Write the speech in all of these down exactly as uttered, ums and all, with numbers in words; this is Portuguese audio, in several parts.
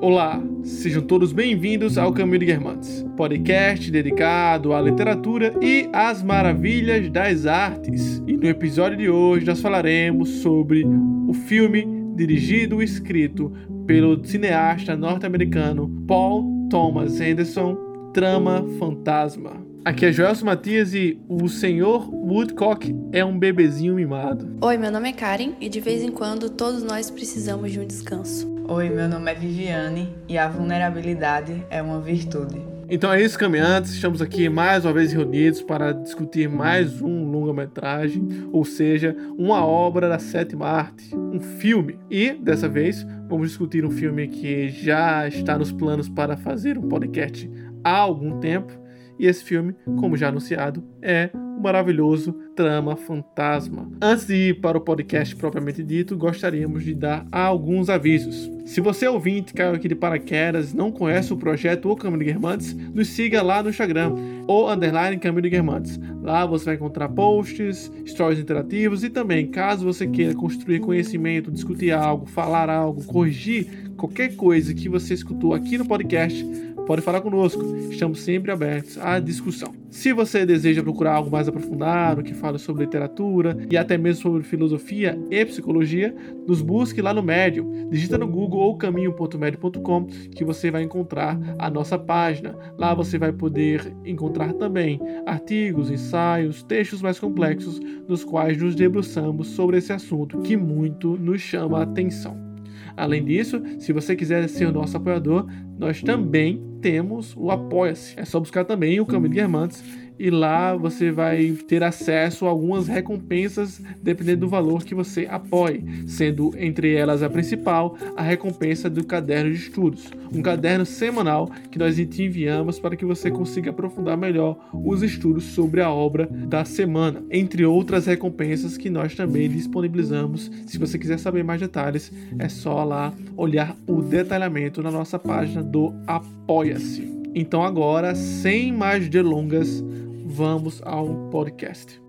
Olá, sejam todos bem-vindos ao Caminho de Guermantes, podcast dedicado à literatura e às maravilhas das artes. E no episódio de hoje nós falaremos sobre o filme dirigido e escrito pelo cineasta norte-americano Paul Thomas Anderson, Trama Fantasma. Aqui é Joelson Matias e o senhor Woodcock é um bebezinho mimado. Oi, meu nome é Karen e de vez em quando todos nós precisamos de um descanso. Oi, meu nome é Viviane e a vulnerabilidade é uma virtude. Então é isso, caminhantes, estamos aqui mais uma vez reunidos para discutir mais um longa-metragem, ou seja, uma obra da sétima arte, um filme. E, dessa vez, vamos discutir um filme que já está nos planos para fazer um podcast há algum tempo. E esse filme, como já anunciado, é o maravilhoso Trama Fantasma. Antes de ir para o podcast propriamente dito, gostaríamos de dar alguns avisos. Se você ouvinte caiu aqui de paraquedas e não conhece o projeto O Caminho de Guermantes, nos siga lá no Instagram, o underline Caminho de Guermantes. Lá você vai encontrar posts, stories interativos e também, caso você queira construir conhecimento, discutir algo, falar algo, corrigir qualquer coisa que você escutou aqui no podcast, pode falar conosco, estamos sempre abertos à discussão. Se você deseja procurar algo mais aprofundado, que fala sobre literatura e até mesmo sobre filosofia e psicologia, nos busque lá no Medium. Digita no Google ou caminho ponto medium ponto com que você vai encontrar a nossa página. Lá você vai poder encontrar também artigos, ensaios, textos mais complexos, nos quais nos debruçamos sobre esse assunto que muito nos chama a atenção. Além disso, se você quiser ser o nosso apoiador, nós também temos o Apoia-se. É só buscar também o Caminho de Guermantes e lá você vai ter acesso a algumas recompensas dependendo do valor que você apoie, sendo entre elas a principal a recompensa do caderno de estudos, um caderno semanal que nós te enviamos para que você consiga aprofundar melhor os estudos sobre a obra da semana, entre outras recompensas que nós também disponibilizamos. Se você quiser saber mais detalhes, é só lá olhar o detalhamento na nossa página do Apoia-se. Então agora, sem mais delongas, vamos ao podcast.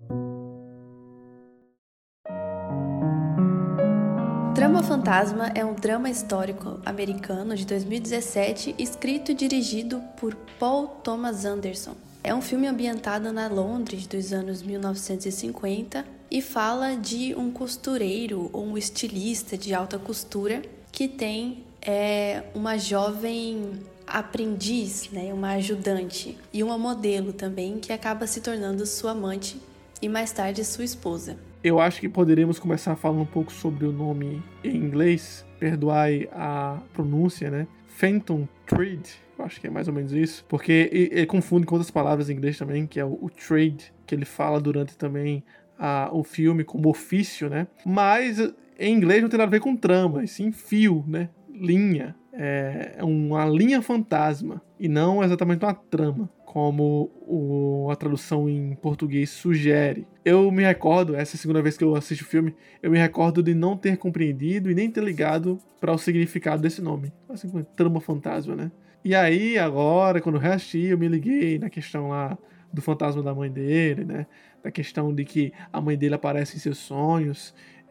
Trama Fantasma é um drama histórico americano de dois mil e dezessete, escrito e dirigido por Paul Thomas Anderson. É um filme ambientado na Londres dos anos mil novecentos e cinquenta e fala de um costureiro ou um estilista de alta costura que tem é, uma jovem aprendiz, né, uma ajudante e uma modelo também que acaba se tornando sua amante e mais tarde sua esposa. Eu acho que poderíamos começar falando um pouco sobre o nome em inglês, perdoai a pronúncia, né? Phantom Thread, eu acho que é mais ou menos isso, porque ele confunde com outras palavras em inglês também, que é o, o trade, que ele fala durante também a, o filme como ofício, né? Mas em inglês não tem nada a ver com trama, e sim fio, né? Linha. É uma linha fantasma e não exatamente uma trama, como o, a tradução em português sugere. Eu me recordo, essa é a segunda vez que eu assisto o filme, eu me recordo de não ter compreendido e nem ter ligado para o significado desse nome. Assim como trama fantasma, né? E aí, agora, quando eu reassisti, eu me liguei na questão lá do fantasma da mãe dele, né? Da questão de que a mãe dele aparece em seus sonhos.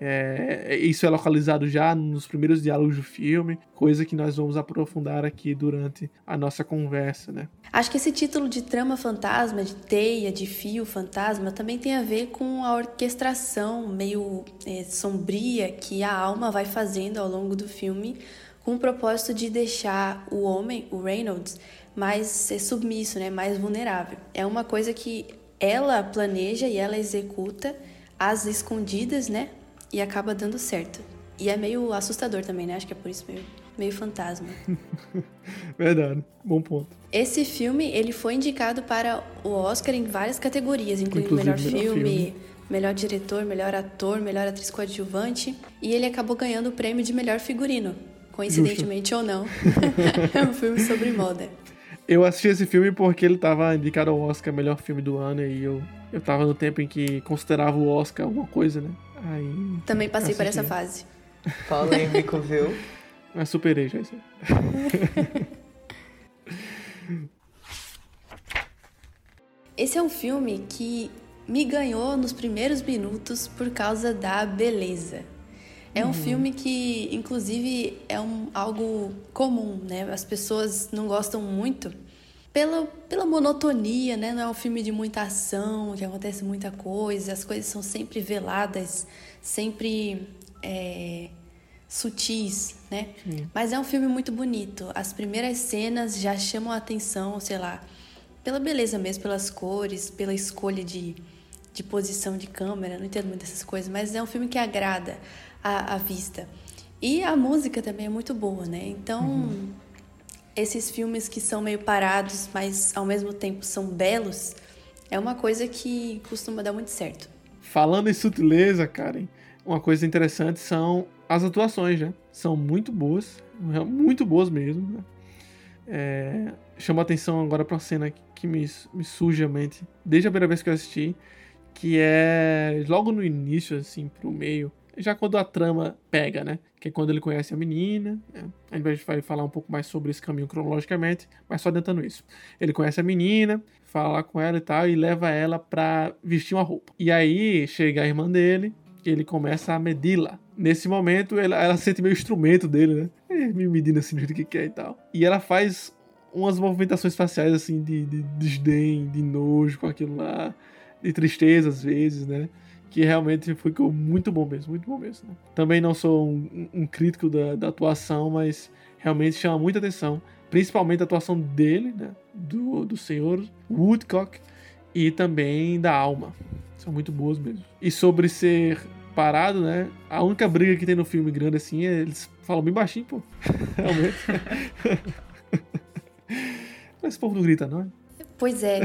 É, isso é localizado já nos primeiros diálogos do filme, coisa que nós vamos aprofundar aqui durante a nossa conversa, né? Acho que esse título de trama fantasma, de teia, de fio fantasma, também tem a ver com a orquestração meio é, sombria que a alma vai fazendo ao longo do filme, com o propósito de deixar o homem, o Reynolds, mais é, submisso, né? Mais vulnerável. É uma coisa que ela planeja e ela executa às escondidas, né? E acaba dando certo. E é meio assustador também, né? Acho que é por isso meio, meio fantasma. Verdade, bom ponto. Esse filme, ele foi indicado para o Oscar em várias categorias, incluindo Inclusive, melhor, melhor filme, filme, melhor diretor, melhor ator, melhor atriz coadjuvante. E ele acabou ganhando o prêmio de melhor figurino. Coincidentemente Justo. Ou não. É um filme sobre moda. Eu assisti esse filme porque ele estava indicado ao Oscar melhor filme do ano e eu, eu tava no tempo em que considerava o Oscar alguma coisa, né? Aí, Também passei por essa fase. Polêmico, viu? Mas superei já isso. Esse é um filme que me ganhou nos primeiros minutos por causa da beleza. É um uhum. filme que, inclusive, é um, algo comum, né? As pessoas não gostam muito pela, pela monotonia, né? Não é um filme de muita ação, que acontece muita coisa, as coisas são sempre veladas, sempre é, sutis, né? Sim. Mas é um filme muito bonito. As primeiras cenas já chamam a atenção, sei lá, pela beleza mesmo, pelas cores, pela escolha de, de posição de câmera, não entendo muito dessas coisas, mas é um filme que agrada a, a vista. E a música também é muito boa, né? Então, uhum. esses filmes que são meio parados, mas ao mesmo tempo são belos, é uma coisa que costuma dar muito certo. Falando em sutileza, Karen, uma coisa interessante são as atuações, né? São muito boas, muito boas mesmo, né? É, chama a atenção agora para uma cena que me, me surge a mente desde a primeira vez que eu assisti, que é logo no início, assim, pro meio, já quando a trama pega, né? Que é quando ele conhece a menina, né? A gente vai falar um pouco mais sobre esse caminho cronologicamente, mas só adiantando isso. Ele conhece a menina, fala com ela e tal, e leva ela pra vestir uma roupa. E aí chega a irmã dele, e ele começa a medi-la. Nesse momento, ela, ela sente meio instrumento dele, né? É, me medindo assim do jeito que quer e tal. E ela faz umas movimentações faciais, assim, de, de desdém, de nojo com aquilo lá, de tristeza às vezes, né? Que realmente ficou muito bom mesmo, muito bom mesmo, né? Também não sou um, um crítico da, da atuação, mas realmente chama muita atenção, principalmente a atuação dele, né? Do, do senhor Woodcock e também da Alma. São muito boas mesmo. E sobre ser parado, né? A única briga que tem no filme grande assim é eles falam bem baixinho, pô. Realmente. Mas esse povo não grita, não é? Pois é.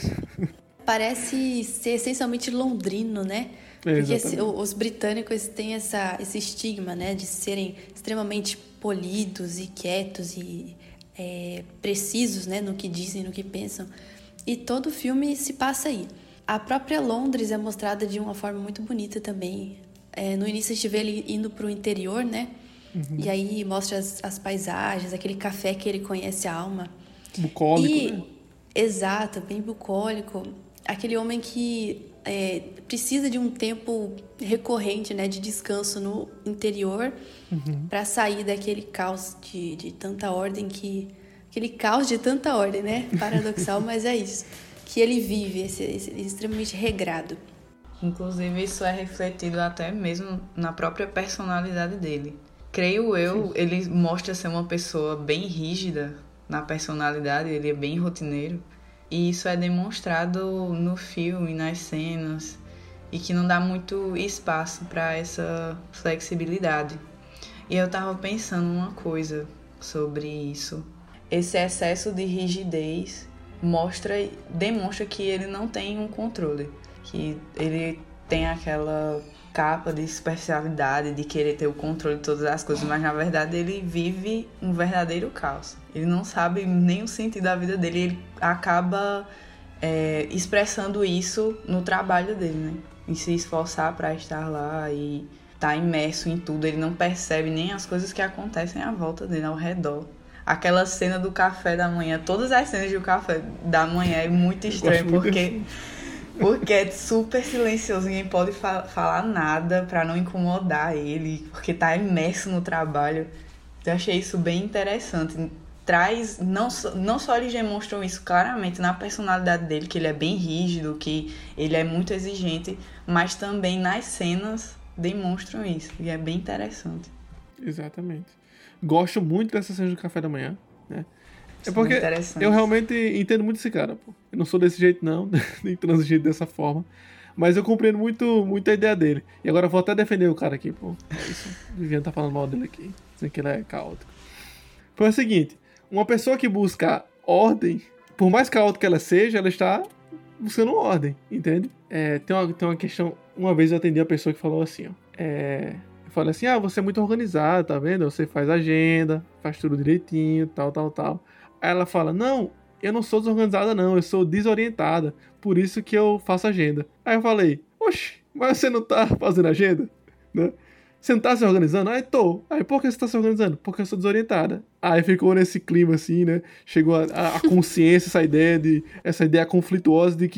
Parece ser essencialmente londrino, né? É, porque esse, os britânicos têm essa, esse estigma, né? De serem extremamente polidos e quietos e é, precisos, né? No que dizem, no que pensam. E todo o filme se passa aí. A própria Londres é mostrada de uma forma muito bonita também. É, no início a gente vê ele indo para o interior, né? Uhum. E aí mostra as, as paisagens, aquele café que ele conhece a alma. Bucólico, e, né? Exato, bem bucólico. Aquele homem que é, precisa de um tempo recorrente, né, de descanso no interior, uhum. para sair daquele caos de, de tanta ordem que... Aquele caos de tanta ordem, né? Paradoxal, mas é isso. Que ele vive, esse, esse extremamente regrado. Inclusive, isso é refletido até mesmo na própria personalidade dele. Creio eu, Sim. ele mostra ser uma pessoa bem rígida na personalidade, ele é bem rotineiro. E isso é demonstrado no filme, nas cenas, e que não dá muito espaço para essa flexibilidade. E eu tava pensando uma coisa sobre isso. Esse excesso de rigidez mostra, demonstra que ele não tem um controle, que ele tem aquela capa de superficialidade, de querer ter o controle de todas as coisas, mas na verdade ele vive um verdadeiro caos. Ele não sabe nem o sentido da vida dele, ele acaba é, expressando isso no trabalho dele, né? Em se esforçar para estar lá e estar imerso em tudo. Ele não percebe nem as coisas que acontecem à volta dele, ao redor. Aquela cena do café da manhã, todas as cenas do café da manhã é muito estranho, porque, porque é super silencioso, ninguém pode fa- falar nada pra não incomodar ele, porque tá imerso no trabalho. Eu achei isso bem interessante. Traz, não, não só eles demonstram isso claramente na personalidade dele, que ele é bem rígido, que ele é muito exigente, mas também nas cenas demonstram isso, e é bem interessante. Exatamente. Gosto muito dessa cena do café da manhã, né? É porque eu realmente entendo muito esse cara, pô. Eu não sou desse jeito, não, nem transigente dessa forma. Mas eu compreendo muito, muito a ideia dele. E agora eu vou até defender o cara aqui, pô. É isso. O Viviane tá falando mal dele aqui, dizendo que ele é caótico. Foi o seguinte, uma pessoa que busca ordem, por mais caótica que ela seja, ela está buscando ordem, entende? É, tem, uma, tem uma questão... Uma vez eu atendi uma pessoa que falou assim, ó. É... Fala assim, ah, você é muito organizado, tá vendo? Você faz agenda, faz tudo direitinho, tal, tal, tal. Aí ela fala, não, eu não sou desorganizada não, eu sou desorientada, por isso que eu faço agenda. Aí eu falei, oxe, mas você não tá fazendo agenda? Né? Você não tá se organizando? Aí tô. Aí por que você tá se organizando? Porque eu sou desorientada. Aí ficou nesse clima assim, né? Chegou a, a consciência, essa ideia de, essa ideia conflituosa de que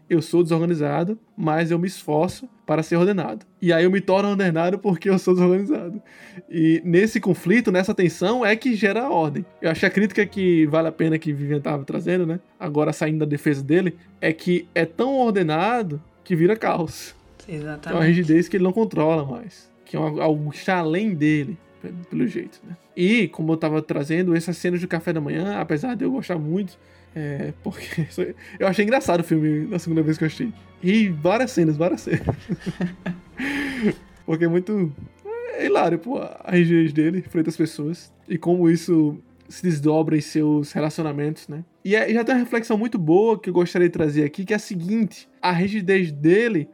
eu sou desorganizado, mas eu me esforço para ser ordenado. E aí eu me torno ordenado porque eu sou desorganizado. E nesse conflito, nessa tensão, é que gera a ordem. Eu acho que a crítica que vale a pena que Vivian estava trazendo, né? Agora saindo da defesa dele, é que é tão ordenado que vira caos. Exatamente. É uma rigidez que ele não controla mais. Que é algo que está além dele, pelo jeito, né? E, como eu estava trazendo, essas cenas do café da manhã, apesar de eu gostar muito, é, porque eu achei engraçado o filme na segunda vez que eu achei. E várias cenas, várias cenas. Porque é muito... É hilário, pô, a rigidez dele frente às pessoas. E como isso se desdobra em seus relacionamentos, né? E é, já tem uma reflexão muito boa que eu gostaria de trazer aqui, que é a seguinte. A rigidez dele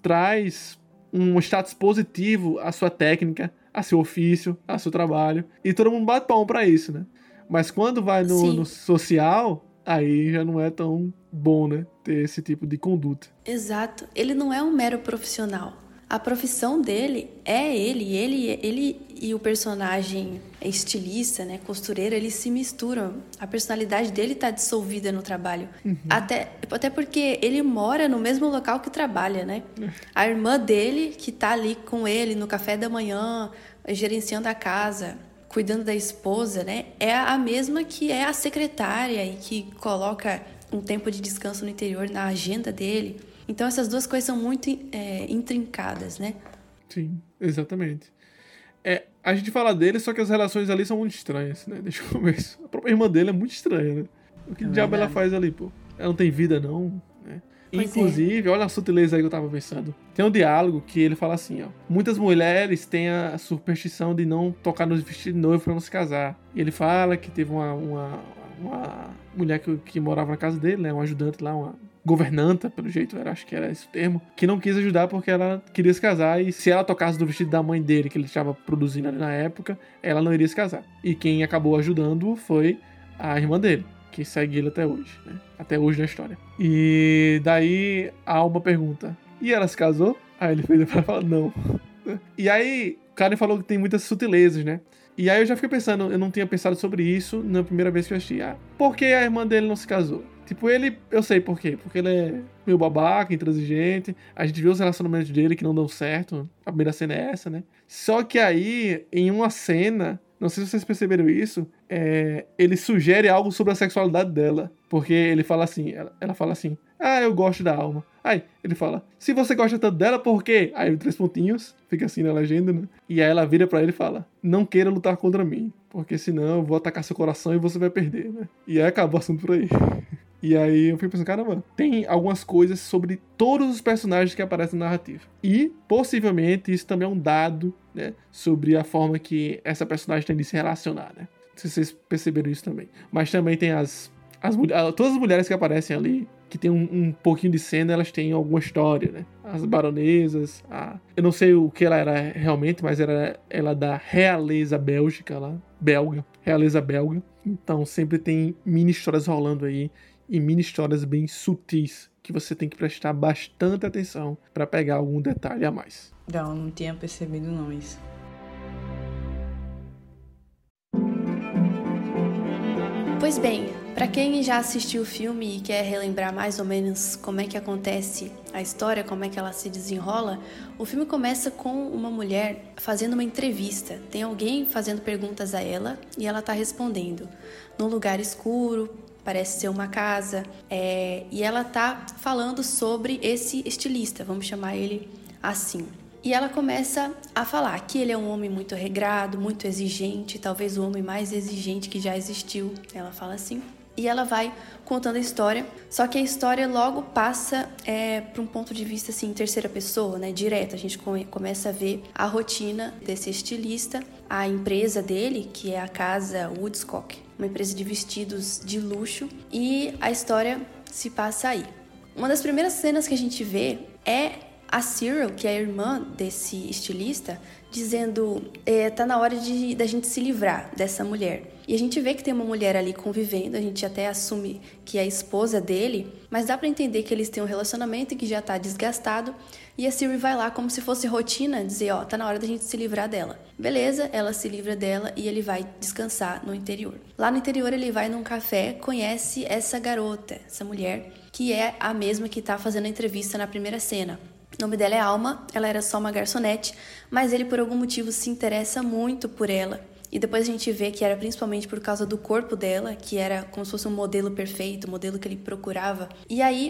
traz um status positivo à sua técnica, a seu ofício, a seu trabalho. E todo mundo bate palma pra isso, né? Mas quando vai no, no social... aí já não é tão bom, né, ter esse tipo de conduta. Exato. Ele não é um mero profissional. A profissão dele é ele. Ele, ele e o personagem estilista, né, costureira, eles se misturam. A personalidade dele tá dissolvida no trabalho. Uhum. Até, até porque ele mora no mesmo local que trabalha, né? A irmã dele, que tá ali com ele no café da manhã, gerenciando a casa, cuidando da esposa, né, é a mesma que é a secretária e que coloca um tempo de descanso no interior na agenda dele. Então essas duas coisas são muito é, intrincadas, né? Sim, exatamente. É, a gente fala dele, só que as relações ali são muito estranhas, né? Desde o começo. A própria irmã dele é muito estranha, né? O que é diabo ela faz ali, pô? Ela não tem vida, não, né? Pois Inclusive, é. Olha a sutileza aí que eu tava pensando. Tem um diálogo que ele fala assim, ó. Muitas mulheres têm a superstição de não tocar nos vestidos de noivo pra não se casar. E ele fala que teve uma, uma, uma mulher que, que morava na casa dele, né? Um ajudante lá, uma governanta, pelo jeito, era, acho que era esse o termo, que não quis ajudar porque ela queria se casar. E se ela tocasse no vestido da mãe dele, que ele estava produzindo ali na época, ela não iria se casar. E quem acabou ajudando foi a irmã dele, que segue ele até hoje, né? Até hoje na história. E daí a Alma pergunta, e ela se casou? Aí ele fez pra falar, não. E aí, o Karen falou que tem muitas sutilezas, né? E aí eu já fiquei pensando, eu não tinha pensado sobre isso na primeira vez que eu assisti. Ah, por que a irmã dele não se casou? Tipo, ele, eu sei por quê. Porque ele é meio babaca, intransigente. A gente vê os relacionamentos dele que não dão certo. A primeira cena é essa, né? Só que aí, em uma cena... Não sei se vocês perceberam isso, é, ele sugere algo sobre a sexualidade dela. Porque ele fala assim, ela, ela fala assim, ah, eu gosto da Alma. Aí ele fala, se você gosta tanto dela, por quê? Aí três pontinhos, fica assim na legenda, né? E aí ela vira pra ele e fala, não queira lutar contra mim, porque senão eu vou atacar seu coração e você vai perder, né? E aí acaba o assunto por aí. E aí eu fui pensando, caramba, tem algumas coisas sobre todos os personagens que aparecem na narrativa. E, possivelmente, isso também é um dado, né, sobre a forma que essa personagem tem de se relacionar, né? Não sei se vocês perceberam isso também. Mas também tem as... as todas as mulheres que aparecem ali, que tem um, um pouquinho de cena, elas têm alguma história, né? As baronesas, a... eu não sei o que ela era realmente, mas era ela da realeza bélgica lá, belga, realeza belga. Então sempre tem mini histórias rolando aí, e mini histórias bem sutis, que você tem que prestar bastante atenção para pegar algum detalhe a mais. Não, não tinha percebido não isso. Pois bem, para quem já assistiu o filme e quer relembrar mais ou menos como é que acontece a história, como é que ela se desenrola, o filme começa com uma mulher fazendo uma entrevista. Tem alguém fazendo perguntas a ela e ela tá respondendo. Num lugar escuro, parece ser uma casa, é, e ela tá falando sobre esse estilista, vamos chamar ele assim. E ela começa a falar que ele é um homem muito regrado, muito exigente, talvez o homem mais exigente que já existiu, ela fala assim. E ela vai contando a história, só que a história logo passa é, para um ponto de vista assim, em terceira pessoa, né, direto. A gente come, começa a ver a rotina desse estilista, a empresa dele, que é a casa Woodstock, uma empresa de vestidos de luxo, e a história se passa aí. Uma das primeiras cenas que a gente vê é a Cyril, que é a irmã desse estilista, dizendo é, tá na hora de da gente se livrar dessa mulher. E a gente vê que tem uma mulher ali convivendo, a gente até assume que é a esposa dele, mas dá pra entender que eles têm um relacionamento que já tá desgastado, e a Cyril vai lá como se fosse rotina, dizer, ó, tá na hora da gente se livrar dela. Beleza, ela se livra dela e ele vai descansar no interior. Lá no interior ele vai num café, conhece essa garota, essa mulher, que é a mesma que tá fazendo a entrevista na primeira cena. O nome dela é Alma, ela era só uma garçonete, mas ele por algum motivo se interessa muito por ela. E depois a gente vê que era principalmente por causa do corpo dela, que era como se fosse um modelo perfeito, o modelo que ele procurava. E aí,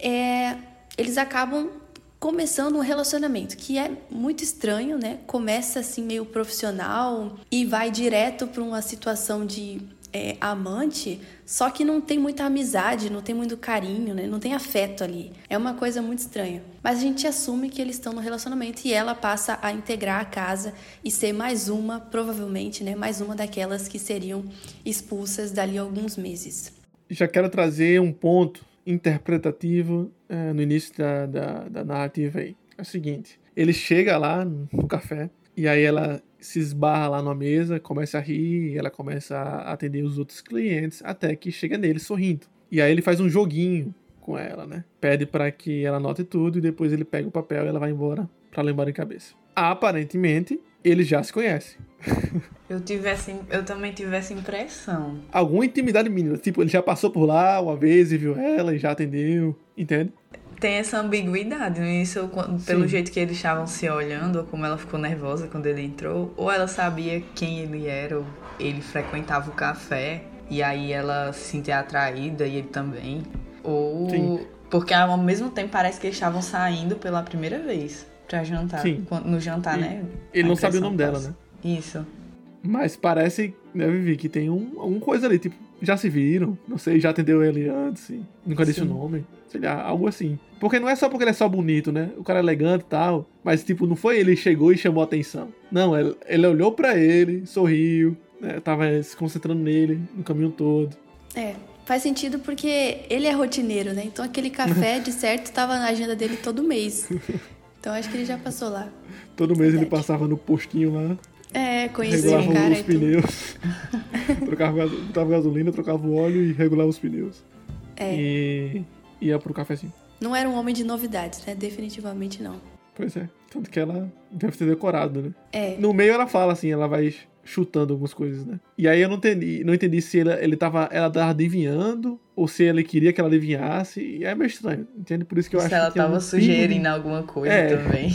é, eles acabam começando um relacionamento, que é muito estranho, né? Começa assim meio profissional e vai direto para uma situação de é, amante, só que não tem muita amizade, não tem muito carinho, né? Não tem afeto ali. É uma coisa muito estranha. Mas a gente assume que eles estão no relacionamento e ela passa a integrar a casa e ser mais uma, provavelmente, né? Mais uma daquelas que seriam expulsas dali a alguns meses. Já quero trazer um ponto interpretativo é, no início da, da, da narrativa aí. É o seguinte, ele chega lá no café e aí ela se esbarra lá numa mesa, começa a rir, ela começa a atender os outros clientes, até que chega nele sorrindo. E aí ele faz um joguinho com ela, né? Pede pra que ela anote tudo e depois ele pega o papel e ela vai embora pra lembrar em cabeça. Aparentemente, eles já se conhecem. Eu, tivesse, eu também tive essa impressão. Alguma intimidade mínima. Tipo, ele já passou por lá uma vez e viu ela e já atendeu. Entende? Tem essa ambiguidade, né? Isso, pelo Sim. jeito que eles estavam se olhando, ou como ela ficou nervosa quando ele entrou, ou ela sabia quem ele era, ou ele frequentava o café, e aí ela se sentia atraída, e ele também. Ou... Sim. Porque ao mesmo tempo parece que eles estavam saindo pela primeira vez pra jantar. Sim. No jantar, e, né? Ele não sabia o nome dela, né? Isso. Mas parece, né, Vivi, que tem um, alguma coisa ali, tipo, já se viram, não sei, já atendeu ele antes, nunca disse o nome, sei lá, algo assim. Porque não é só porque ele é só bonito, né? O cara é elegante e tal, mas, tipo, não foi ele chegou e chamou a atenção. Não, ele, ele olhou pra ele, sorriu, né, tava se concentrando nele no caminho todo. É, faz sentido porque ele é rotineiro, né? Então aquele café, de certo, tava na agenda dele todo mês. Então acho que ele já passou lá. Todo mês Verdade. Ele passava no postinho lá. É, conhecia o cara os pneus. trocava, botava gasolina, trocava o óleo e regulava os pneus. É. E ia pro cafezinho. Não era um homem de novidades, né? Definitivamente não. Pois é. Tanto que ela deve ter decorado, né? É. No meio ela fala assim, ela vai chutando algumas coisas, né? E aí eu não entendi, não entendi se ele, ele tava, ela tava adivinhando ou se ele queria que ela adivinhasse. E é meio estranho, entende? Por isso que eu se acho ela que tava sugerindo alguma coisa é. também.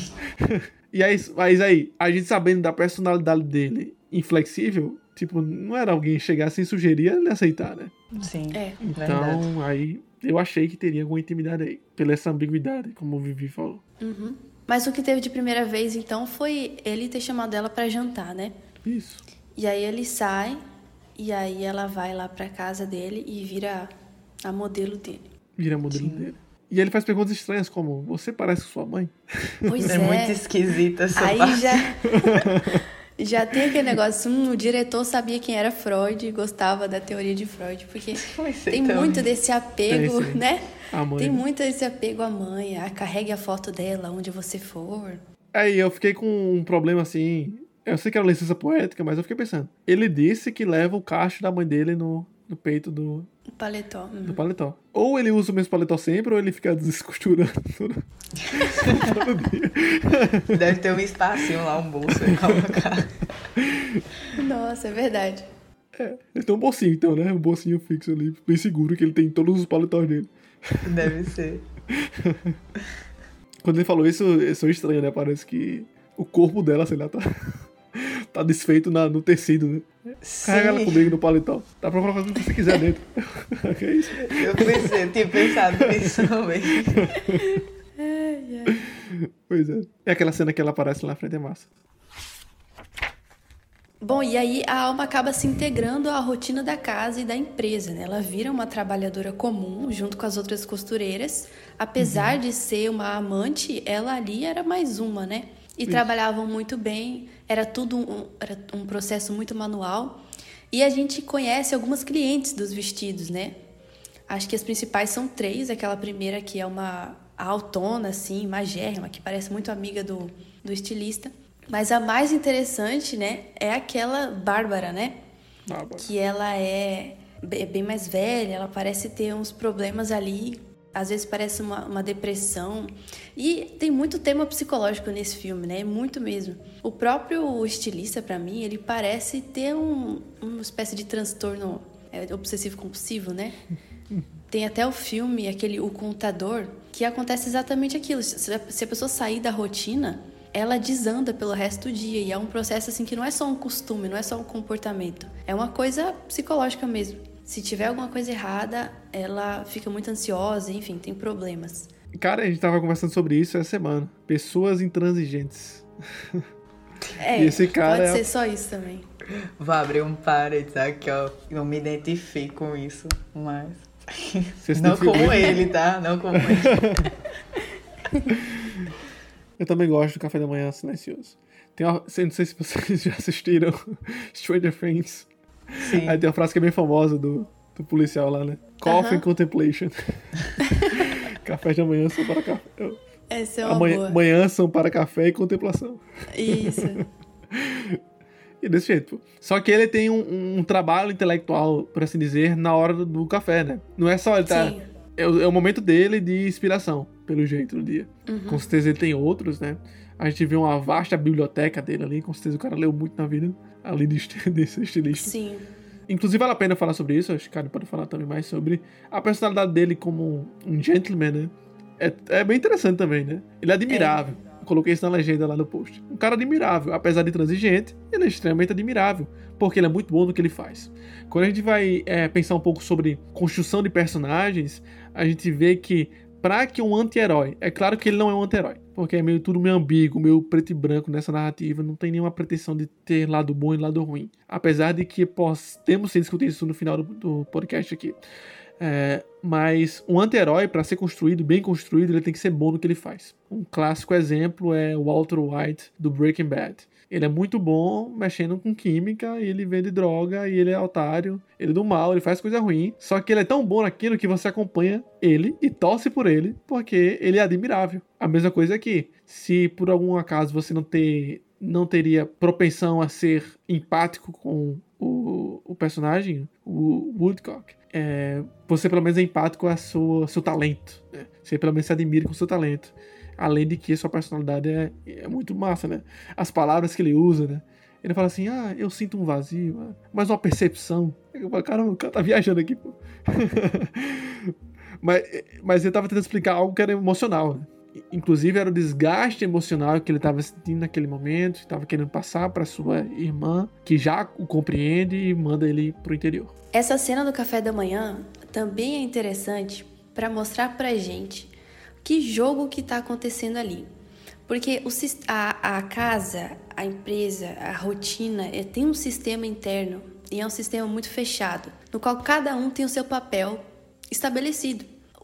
E aí, mas aí, a gente sabendo da personalidade dele inflexível, tipo, não era alguém chegar sem sugerir ele aceitar, né? Sim, é. Então, verdade. Aí, eu achei que teria alguma intimidade aí, pela essa ambiguidade, como o Vivi falou. Uhum. Mas o que teve de primeira vez, então, foi ele ter chamado ela pra jantar, né? Isso. E aí ele sai, e aí ela vai lá pra casa dele e vira a modelo dele. Vira a modelo Sim. dele. E ele faz perguntas estranhas como, você parece sua mãe? Pois é. É muito esquisita essa Aí parte. já, já tem aquele negócio, hum, o diretor sabia quem era Freud e gostava da teoria de Freud, porque tem também. muito desse apego, tem, né? A mãe, tem né? muito desse apego à mãe, ah, carregue a foto dela onde você for. Aí eu fiquei com um problema assim, eu sei que era licença poética, mas eu fiquei pensando, ele disse que leva o cacho da mãe dele no, no peito do... Paletó. Uhum. Do paletó. Ou ele usa o mesmo paletó sempre, ou ele fica descosturando todo, todo dia. Deve ter um espacinho lá, um bolso pra colocar. Nossa, é verdade. É, ele tem um bolsinho então, né? Um bolsinho fixo ali, bem seguro, que ele tem todos os paletós dele. Deve ser. Quando ele falou isso, é só estranho, né? Parece que o corpo dela, sei lá, tá... tá desfeito na, no tecido, né? Sim. Carrega ela comigo no paletó. Dá pra colocar o que você quiser dentro. Que é isso? Eu pensei, eu tinha pensado nisso também. Ai, ai. Pois é. É aquela cena que ela aparece lá na frente, é massa. Bom, e aí a Alma acaba se integrando à rotina da casa e da empresa, né? Ela vira uma trabalhadora comum, junto com as outras costureiras. Apesar uhum. de ser uma amante, ela ali era mais uma, né? E Isso. trabalhavam muito bem, era tudo um, era um processo muito manual. E a gente conhece algumas clientes dos vestidos, né? Acho que as principais são três. Aquela primeira que é uma altona, assim, magérrima, que parece muito amiga do, do estilista. Mas a mais interessante, né, é aquela Bárbara, né? Bárbara. Que ela é bem mais velha, ela parece ter uns problemas ali... Às vezes parece uma, uma depressão. E tem muito tema psicológico nesse filme, né? Muito mesmo. O próprio estilista, pra mim, ele parece ter um, uma espécie de transtorno é, obsessivo-compulsivo, né? Tem até o filme, aquele O Contador, que acontece exatamente aquilo. Se a pessoa sair da rotina, ela desanda pelo resto do dia. E é um processo assim que não é só um costume, não é só um comportamento. É uma coisa psicológica mesmo. Se tiver alguma coisa errada, ela fica muito ansiosa, enfim, tem problemas. Cara, a gente tava conversando sobre isso essa semana. Pessoas intransigentes. É, e esse cara pode é... ser só isso também. Vou abrir um parênteses aqui, ó. Eu me identifico com isso, mas... Não como ele, tá? Não como ele. Eu também gosto do café da manhã silencioso. Tem uma... Não sei se vocês já assistiram Stranger Things. Sim. Aí tem uma frase que é bem famosa do, do policial lá, né? Coffee Uh-huh. Contemplation. Café da manhã são para café. Essa é uma Amanhã, boa. Manhã são para café e contemplação. Isso. E desse jeito. Só que ele tem um, um trabalho intelectual, por assim dizer, na hora do, do café, né? Não é só ele tá... Sim. É o, é o momento dele de inspiração, pelo jeito do dia. Uhum. Com certeza ele tem outros, né? A gente vê uma vasta biblioteca dele ali. Com certeza o cara leu muito na vida, ali de, desse estilista. Sim. Inclusive vale a pena falar sobre isso. Acho que o cara pode falar também mais sobre a personalidade dele como um gentleman, né? É, é bem interessante também, né? Ele é admirável. É. Coloquei isso na legenda lá no post. Um cara admirável. Apesar de intransigente, ele é extremamente admirável. Porque ele é muito bom no que ele faz. Quando a gente vai é, pensar um pouco sobre construção de personagens, a gente vê que pra que um anti-herói... É claro que ele não é um anti-herói. Porque é meio tudo meio ambíguo, meio preto e branco nessa narrativa. Não tem nenhuma pretensão de ter lado bom e lado ruim. Apesar de que podemos discutir isso no final do, do podcast aqui. É, mas um anti-herói, para ser construído, bem construído, ele tem que ser bom no que ele faz. Um clássico exemplo é o Walter White, do Breaking Bad. Ele é muito bom mexendo com química, e ele vende droga, e ele é otário, ele é do mal, ele faz coisa ruim. Só que ele é tão bom naquilo que você acompanha ele e torce por ele, porque ele é admirável. A mesma coisa aqui. Se por algum acaso você não, ter, não teria propensão a ser empático com o, o personagem, o Woodcock, É, você pelo menos é empático com a sua, seu talento, né? Você pelo menos se admira com o seu talento. Além de que sua personalidade é, é muito massa, né? As palavras que ele usa, né? Ele fala assim, ah, eu sinto um vazio, mas uma percepção. Eu falo, caramba, o cara tá viajando aqui, pô. mas, mas ele tava tentando explicar algo que era emocional, né? Inclusive era o desgaste emocional que ele estava sentindo naquele momento, estava querendo passar para sua irmã, que já o compreende e manda ele pro interior. Essa cena do café da manhã também é interessante para mostrar pra gente que jogo que tá acontecendo ali. Porque o, a, a casa, a empresa, a rotina, é, tem um sistema interno e é um sistema muito fechado, no qual cada um tem o seu papel estabelecido.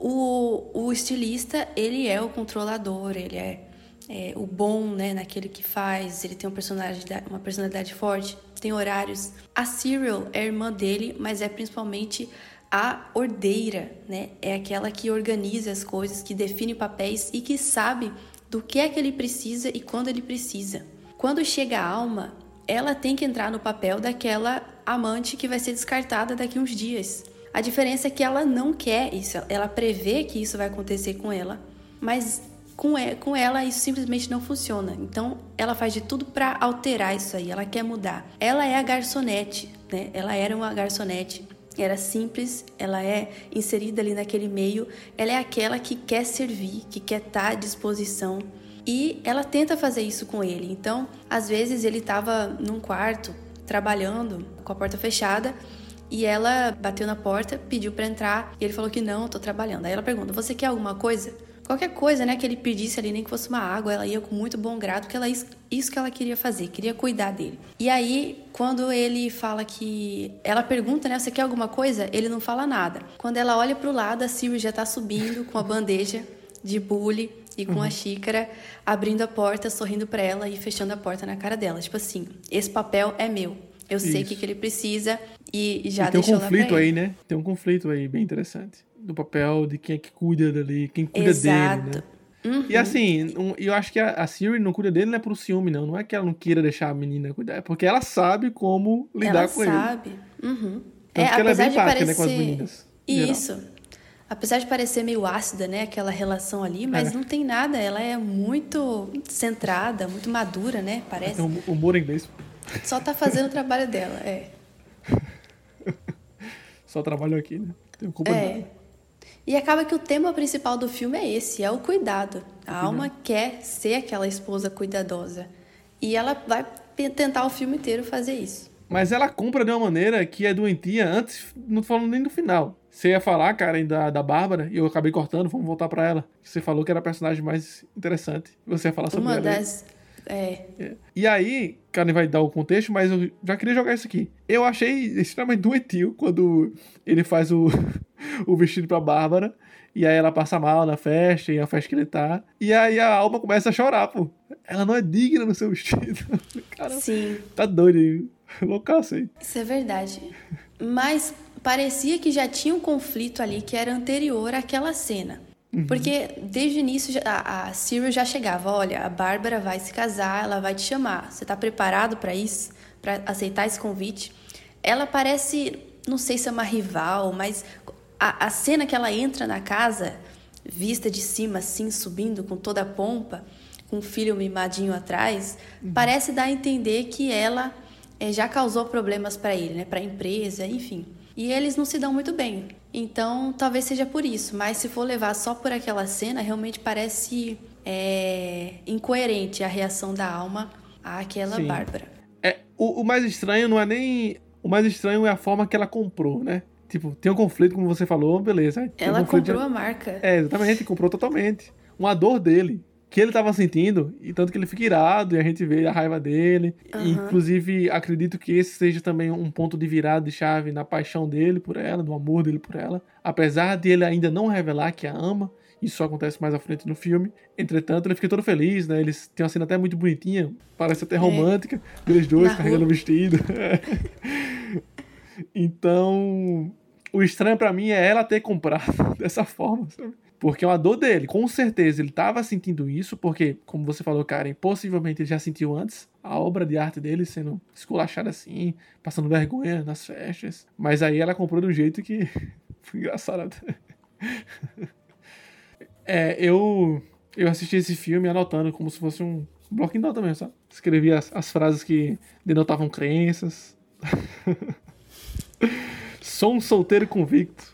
O, o estilista, ele é o controlador, ele é, é o bom, né, naquele que faz, ele tem uma personalidade, uma personalidade forte, tem horários. A Cyril é a irmã dele, mas é principalmente a ordeira, né? É aquela que organiza as coisas, que define papéis e que sabe do que é que ele precisa e quando ele precisa. Quando chega a Alma, ela tem que entrar no papel daquela amante que vai ser descartada daqui a uns dias. A diferença é que ela não quer isso, ela prevê que isso vai acontecer com ela, mas com ela isso simplesmente não funciona. Então ela faz de tudo para alterar isso aí, ela quer mudar. Ela é a garçonete, né? Ela era uma garçonete, era simples, ela é inserida ali naquele meio, ela é aquela que quer servir, que quer estar à disposição. E ela tenta fazer isso com ele. Então, às vezes ele estava num quarto, trabalhando, com a porta fechada, e ela bateu na porta, pediu pra entrar, e ele falou que não, tô trabalhando. Aí ela pergunta, você quer alguma coisa? Qualquer coisa, né, que ele pedisse ali, nem que fosse uma água, ela ia com muito bom grado, porque ela, isso que ela queria fazer, queria cuidar dele. E aí, quando ele fala que... Ela pergunta, né, você quer alguma coisa? Ele não fala nada. Quando ela olha pro lado, a Cyril já tá subindo com a bandeja de bule e com uhum. a xícara, abrindo a porta, sorrindo pra ela e fechando a porta na cara dela. Tipo assim, esse papel é meu. Eu sei o que, que ele precisa e já e tem deixou um conflito lá pra aí, ele. né? Tem um conflito aí bem interessante. Do papel de quem é que cuida dali, quem cuida Exato. dele, né? Uhum. E assim, um, eu acho que a, a Cyril não cuida dele não é por ciúme, não. Não é que ela não queira deixar a menina cuidar, é porque ela sabe como lidar ela com ele. Ela sabe. Uhum. Tanto é, que ela é bem de prática, parecer... né, com as meninas. Isso. Geral. Apesar de parecer meio ácida, né, aquela relação ali, mas é. não tem nada. Ela é muito centrada, muito madura, né, parece. Tem um humor inglês. Só tá fazendo o trabalho dela, é. Só trabalho aqui, né? Tem culpa é. nada. E acaba que o tema principal do filme é esse, é o cuidado. A Alma quer ser aquela esposa cuidadosa. E ela vai tentar o filme inteiro fazer isso. Mas ela compra de uma maneira que é doentia antes, não tô falando nem do final. Você ia falar, Karen, da, da Bárbara, e eu acabei cortando, vamos voltar pra ela. Você falou que era a personagem mais interessante. Você ia falar sobre Uma ela. Uma das... É. é. E aí, Karen vai dar o contexto, mas eu já queria jogar isso aqui. Eu achei extremamente doentio quando ele faz o, o vestido pra Bárbara, e aí ela passa mal na festa, e a festa que ele tá. E aí a Alma começa a chorar, pô. Ela não é digna no seu vestido. Cara, sim. Tá doido aí. Loucaço aí. Isso é verdade. Mas parecia que já tinha um conflito ali que era anterior àquela cena. Uhum. Porque desde o início a, a Cyril já chegava, olha, a Bárbara vai se casar, ela vai te chamar. Você tá preparado pra isso? Pra aceitar esse convite? Ela parece, não sei se é uma rival, mas a, a cena que ela entra na casa, vista de cima assim, subindo com toda a pompa, com o filho mimadinho atrás, uhum. parece dar a entender que ela é, já causou problemas pra ele, né? Pra empresa, enfim. E eles não se dão muito bem. Então, talvez seja por isso. Mas se for levar só por aquela cena, realmente parece é, incoerente a reação da Alma àquela Sim. Bárbara. É, o, o mais estranho não é nem... O mais estranho é a forma que ela comprou, né? Tipo, tem um conflito, como você falou, beleza. Ela um comprou de... a marca. É, exatamente. Comprou totalmente. Uma dor dele. Que ele tava sentindo, e tanto que ele fica irado, e a gente vê a raiva dele. Uhum. E, inclusive, acredito que esse seja também um ponto de virada de chave na paixão dele por ela, do amor dele por ela. Apesar de ele ainda não revelar que a ama, isso só acontece mais à frente no filme. Entretanto, ele fica todo feliz, né? Eles têm uma cena até muito bonitinha, parece até romântica, é. Eles dois na carregando o vestido. Então, o estranho pra mim é ela ter comprado dessa forma, sabe? Porque é uma dor dele. Com certeza ele estava sentindo isso, porque, como você falou, Karen, possivelmente ele já sentiu antes a obra de arte dele sendo esculachada assim, passando vergonha nas festas. Mas aí ela comprou de um jeito que foi engraçado. É, eu, eu assisti esse filme anotando como se fosse um bloquinho de nota mesmo, sabe? Escrevi as, as frases que denotavam crenças. Sou um solteiro convicto.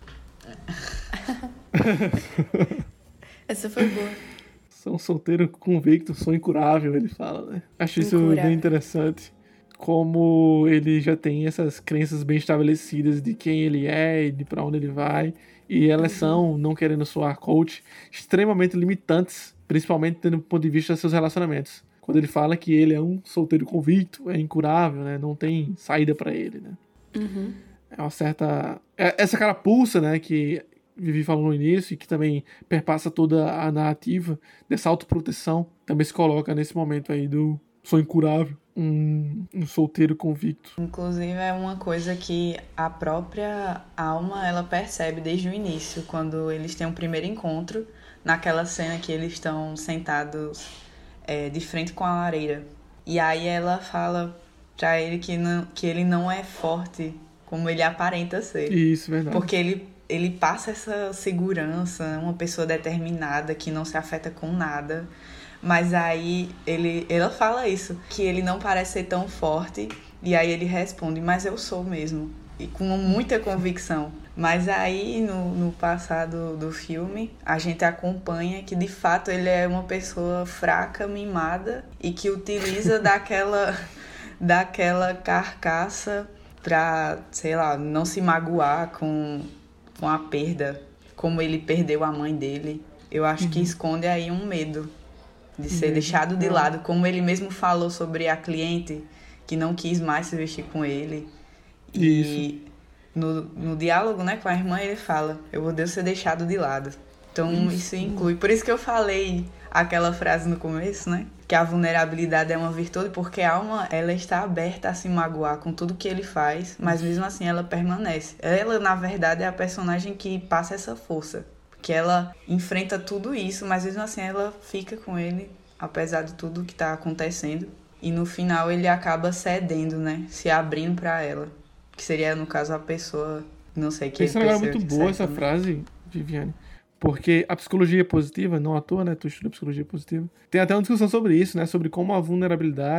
Essa foi boa. Sou um solteiro convicto, sou incurável, ele fala, né? Acho isso incurável. Bem interessante. Como ele já tem essas crenças bem estabelecidas de quem ele é e de pra onde ele vai. E elas uhum. são, não querendo soar coach, extremamente limitantes, principalmente tendo do ponto de vista dos seus relacionamentos. Quando ele fala que ele é um solteiro convicto, é incurável, né? Não tem saída pra ele, né? Uhum. É uma certa... Essa carapuça, né, que Vivi falou no início, e que também perpassa toda a narrativa dessa autoproteção, também se coloca nesse momento aí do sou incurável, um, um solteiro convicto. Inclusive é uma coisa que a própria Alma, ela percebe desde o início, quando eles têm um primeiro encontro, naquela cena que eles estão sentados é, de frente com a lareira. E aí ela fala pra ele que, não, que ele não é forte como ele aparenta ser. Isso, verdade. Porque ele Ele passa essa segurança, uma pessoa determinada, que não se afeta com nada. Mas aí ele, ela fala isso, que ele não parece ser tão forte. E aí ele responde, mas eu sou mesmo. E com muita convicção. Mas aí no, no passado do filme, a gente acompanha que de fato ele é uma pessoa fraca, mimada. E que utiliza daquela, daquela carcaça pra, sei lá, não se magoar com... com a perda, como ele perdeu a mãe dele. Eu acho uhum. que esconde aí um medo de ser uhum. deixado de lado, como ele mesmo falou sobre a cliente que não quis mais se vestir com ele. E no, no diálogo, né, com a irmã, ele fala, eu odeio ser deixado de lado. Então isso. isso inclui. Por isso que eu falei aquela frase no começo, né? Que a vulnerabilidade é uma virtude, porque a alma, ela está aberta a se magoar com tudo que ele faz, mas mesmo assim ela permanece. Ela, na verdade, é a personagem que passa essa força. Porque ela enfrenta tudo isso, mas mesmo assim ela fica com ele, apesar de tudo que está acontecendo. E no final ele acaba cedendo, né? Se abrindo para ela. Que seria, no caso, a pessoa, não sei, que Isso é muito boa essa né? frase, Viviane. Porque a psicologia positiva, não à toa, né? Tu estuda psicologia positiva. Tem até uma discussão sobre isso, né? Sobre como a vulnerabilidade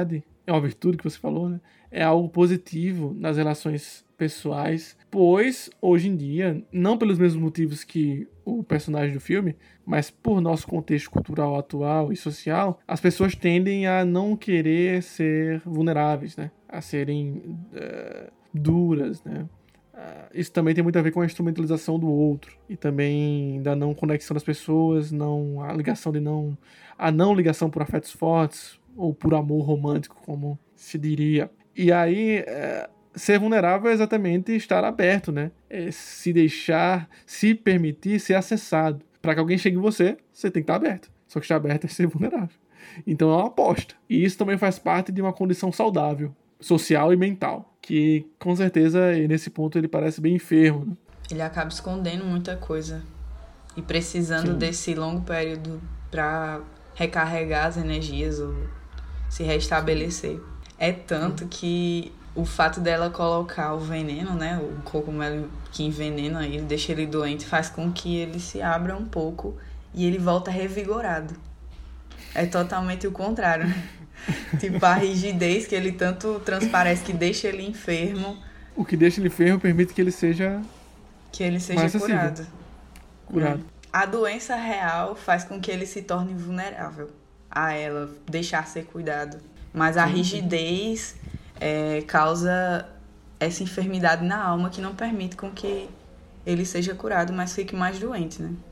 é uma virtude que você falou, né? É algo positivo nas relações pessoais, pois hoje em dia, não pelos mesmos motivos que o personagem do filme, mas por nosso contexto cultural atual e social, as pessoas tendem a não querer ser vulneráveis, né? A serem uh, duras, né? Uh, isso também tem muito a ver com a instrumentalização do outro e também da não conexão das pessoas, não a ligação de não a não ligação por afetos fortes ou por amor romântico, como se diria. E aí, é, ser vulnerável é exatamente estar aberto, né? É se deixar, se permitir ser acessado. Para que alguém chegue em você, você tem que estar aberto. Só que estar aberto é ser vulnerável. Então é uma aposta. E isso também faz parte de uma condição saudável, social e mental. Que, com certeza, nesse ponto ele parece bem enfermo, né? Ele acaba escondendo muita coisa. E precisando Sim. desse longo período para recarregar as energias ou se restabelecer. É tanto que o fato dela colocar o veneno, né, o cogumelo que envenena ele, deixa ele doente, faz com que ele se abra um pouco e ele volta revigorado. É totalmente o contrário, né? Tipo, a rigidez que ele tanto transparece que deixa ele enfermo. O que deixa ele enfermo permite que ele seja... Que ele seja curado. Curado. Hum. A doença real faz com que ele se torne vulnerável a ela, deixar ser cuidado. Mas a rigidez é, causa essa enfermidade na alma que não permite com que ele seja curado, mas fique mais doente, né?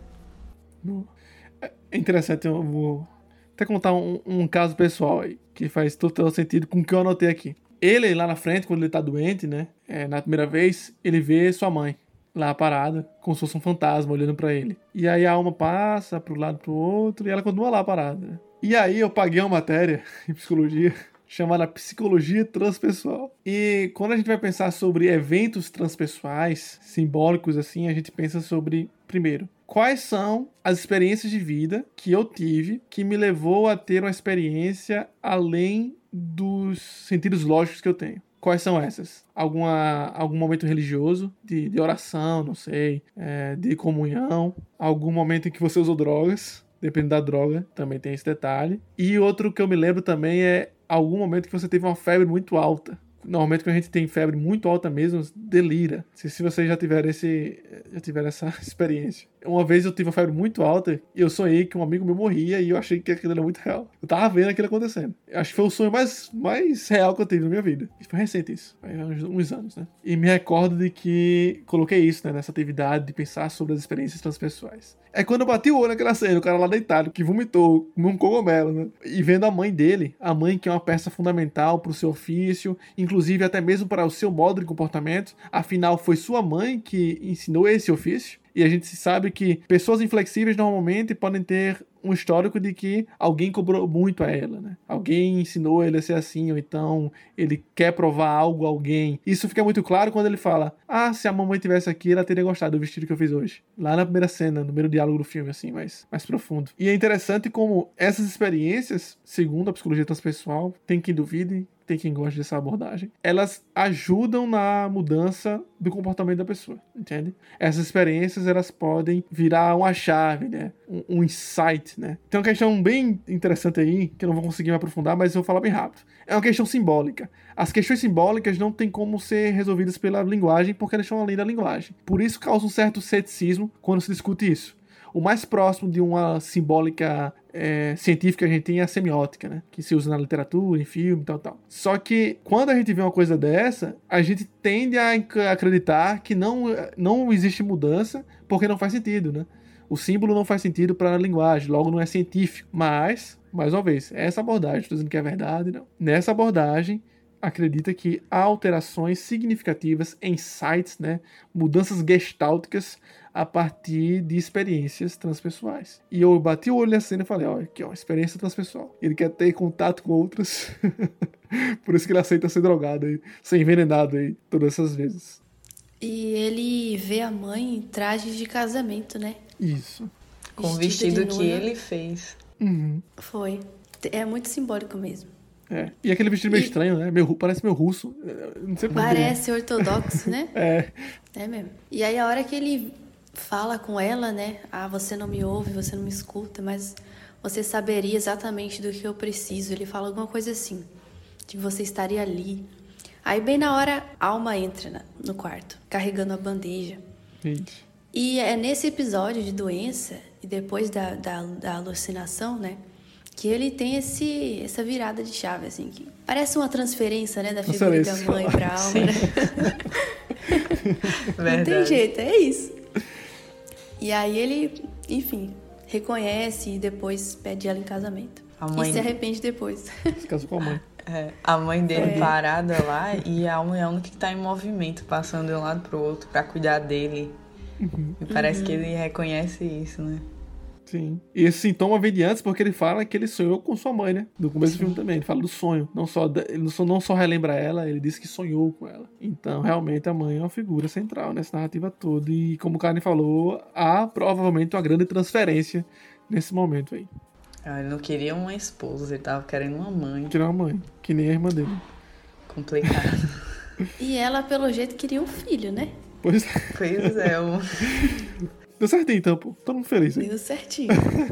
É interessante, eu vou até contar um, um caso pessoal aí, que faz total sentido com o que eu anotei aqui. Ele, lá na frente, quando ele tá doente, né, é, na primeira vez, ele vê sua mãe lá parada, como se fosse um fantasma olhando pra ele. E aí a alma passa pro lado pro outro e ela continua lá parada, né? E aí eu paguei uma matéria em psicologia chamada Psicologia Transpessoal. E quando a gente vai pensar sobre eventos transpessoais, simbólicos assim, a gente pensa sobre, primeiro, quais são as experiências de vida que eu tive que me levou a ter uma experiência além dos sentidos lógicos que eu tenho. Quais são essas? Alguma, algum momento religioso, de, de oração, não sei, é, de comunhão, algum momento em que você usou drogas, dependendo da droga, também tem esse detalhe. E outro que eu me lembro também é algum momento que você teve uma febre muito alta. Normalmente quando a gente tem febre muito alta mesmo, delira. Não sei se vocês já tiveram, esse, já tiveram essa experiência. Uma vez eu tive uma febre muito alta e eu sonhei que um amigo meu morria e eu achei que aquilo era muito real. Eu tava vendo aquilo acontecendo. Eu acho que foi o sonho mais, mais real que eu tive na minha vida. E foi recente isso. Foi há uns, uns anos, né? E me recordo de que coloquei isso, né? Nessa atividade de pensar sobre as experiências transpessoais. É quando eu bati o olho naquela cena, o cara lá deitado, que vomitou, comeu um cogumelo, né? E vendo a mãe dele, a mãe que é uma peça fundamental pro seu ofício, inclusive até mesmo para o seu modo de comportamento. Afinal, foi sua mãe que ensinou esse ofício. E a gente sabe que pessoas inflexíveis normalmente podem ter um histórico de que alguém cobrou muito a ela, né? Alguém ensinou ele a ser assim, ou então ele quer provar algo a alguém. Isso fica muito claro quando ele fala: ah, se a mamãe tivesse aqui, ela teria gostado do vestido que eu fiz hoje. Lá na primeira cena, no primeiro diálogo do filme, assim, mais, mais profundo. E é interessante como essas experiências, segundo a psicologia transpessoal, tem quem duvide, tem quem goste dessa abordagem, elas ajudam na mudança do comportamento da pessoa, entende? Essas experiências, elas podem virar uma chave, né? Um, um insight, né? Tem uma questão bem interessante aí, que eu não vou conseguir me aprofundar, mas eu vou falar bem rápido. É uma questão simbólica. As questões simbólicas não têm como ser resolvidas pela linguagem, porque elas estão além da linguagem. Por isso causa um certo ceticismo quando se discute isso. O mais próximo de uma simbólica é, científica que a gente tem é a semiótica, né? Que se usa na literatura, em filme e tal, tal. Só que quando a gente vê uma coisa dessa, a gente tende a acreditar que não, não existe mudança porque não faz sentido, né? O símbolo não faz sentido para a linguagem, logo não é científico. Mas, mais uma vez, essa abordagem, estou dizendo que é verdade, não. Nessa abordagem, acredita que há alterações significativas, insights, né? Mudanças gestálticas a partir de experiências transpessoais. E eu bati o olho na cena e falei, ó, aqui ó, experiência transpessoal. Ele quer ter contato com outras, por isso que ele aceita ser drogado aí, ser envenenado aí, todas essas vezes. E ele vê a mãe em trajes de casamento, né? Isso. Com o vestido que ele fez. Uhum. Foi. É muito simbólico mesmo. É. E aquele vestido meio e... estranho, né? Meio, parece meio russo. Não sei por Parece ortodoxo, né? É. É mesmo. E aí a hora que ele fala com ela, né? Ah, você não me ouve, você não me escuta, mas você saberia exatamente do que eu preciso. Ele fala alguma coisa assim. de você estaria ali. Aí bem na hora, a Alma entra na, no quarto, carregando a bandeja. Gente. E é nesse episódio de doença, e depois da, da, da alucinação, né? Que ele tem esse, essa virada de chave, assim, que parece uma transferência, né, da figura da mãe pra alma, né? Não tem jeito, é isso. E aí ele, enfim, reconhece e depois pede ela em casamento. A mãe... E se arrepende depois. Se casou com a mãe. É, a mãe dele é. parada lá e a alma é a única que tá em movimento, passando de um lado pro outro pra cuidar dele. Uhum. E parece uhum. que ele reconhece isso, né? Sim. E esse sintoma vem de antes porque ele fala que ele sonhou com sua mãe, né? No começo Sim. do filme também. Ele fala do sonho. Não só, ele não só relembra ela, ele diz que sonhou com ela. Então, realmente, a mãe é uma figura central nessa narrativa toda. E, como o Karen falou, há provavelmente uma grande transferência nesse momento aí. Ele não queria uma esposa, ele tava querendo uma mãe. Queria uma mãe, que nem a irmã dele. Complicado. E ela, pelo jeito, queria um filho, né? Pois é. Pois é. O... Deu certinho, então, pô. Todo mundo feliz, hein? Deu certinho.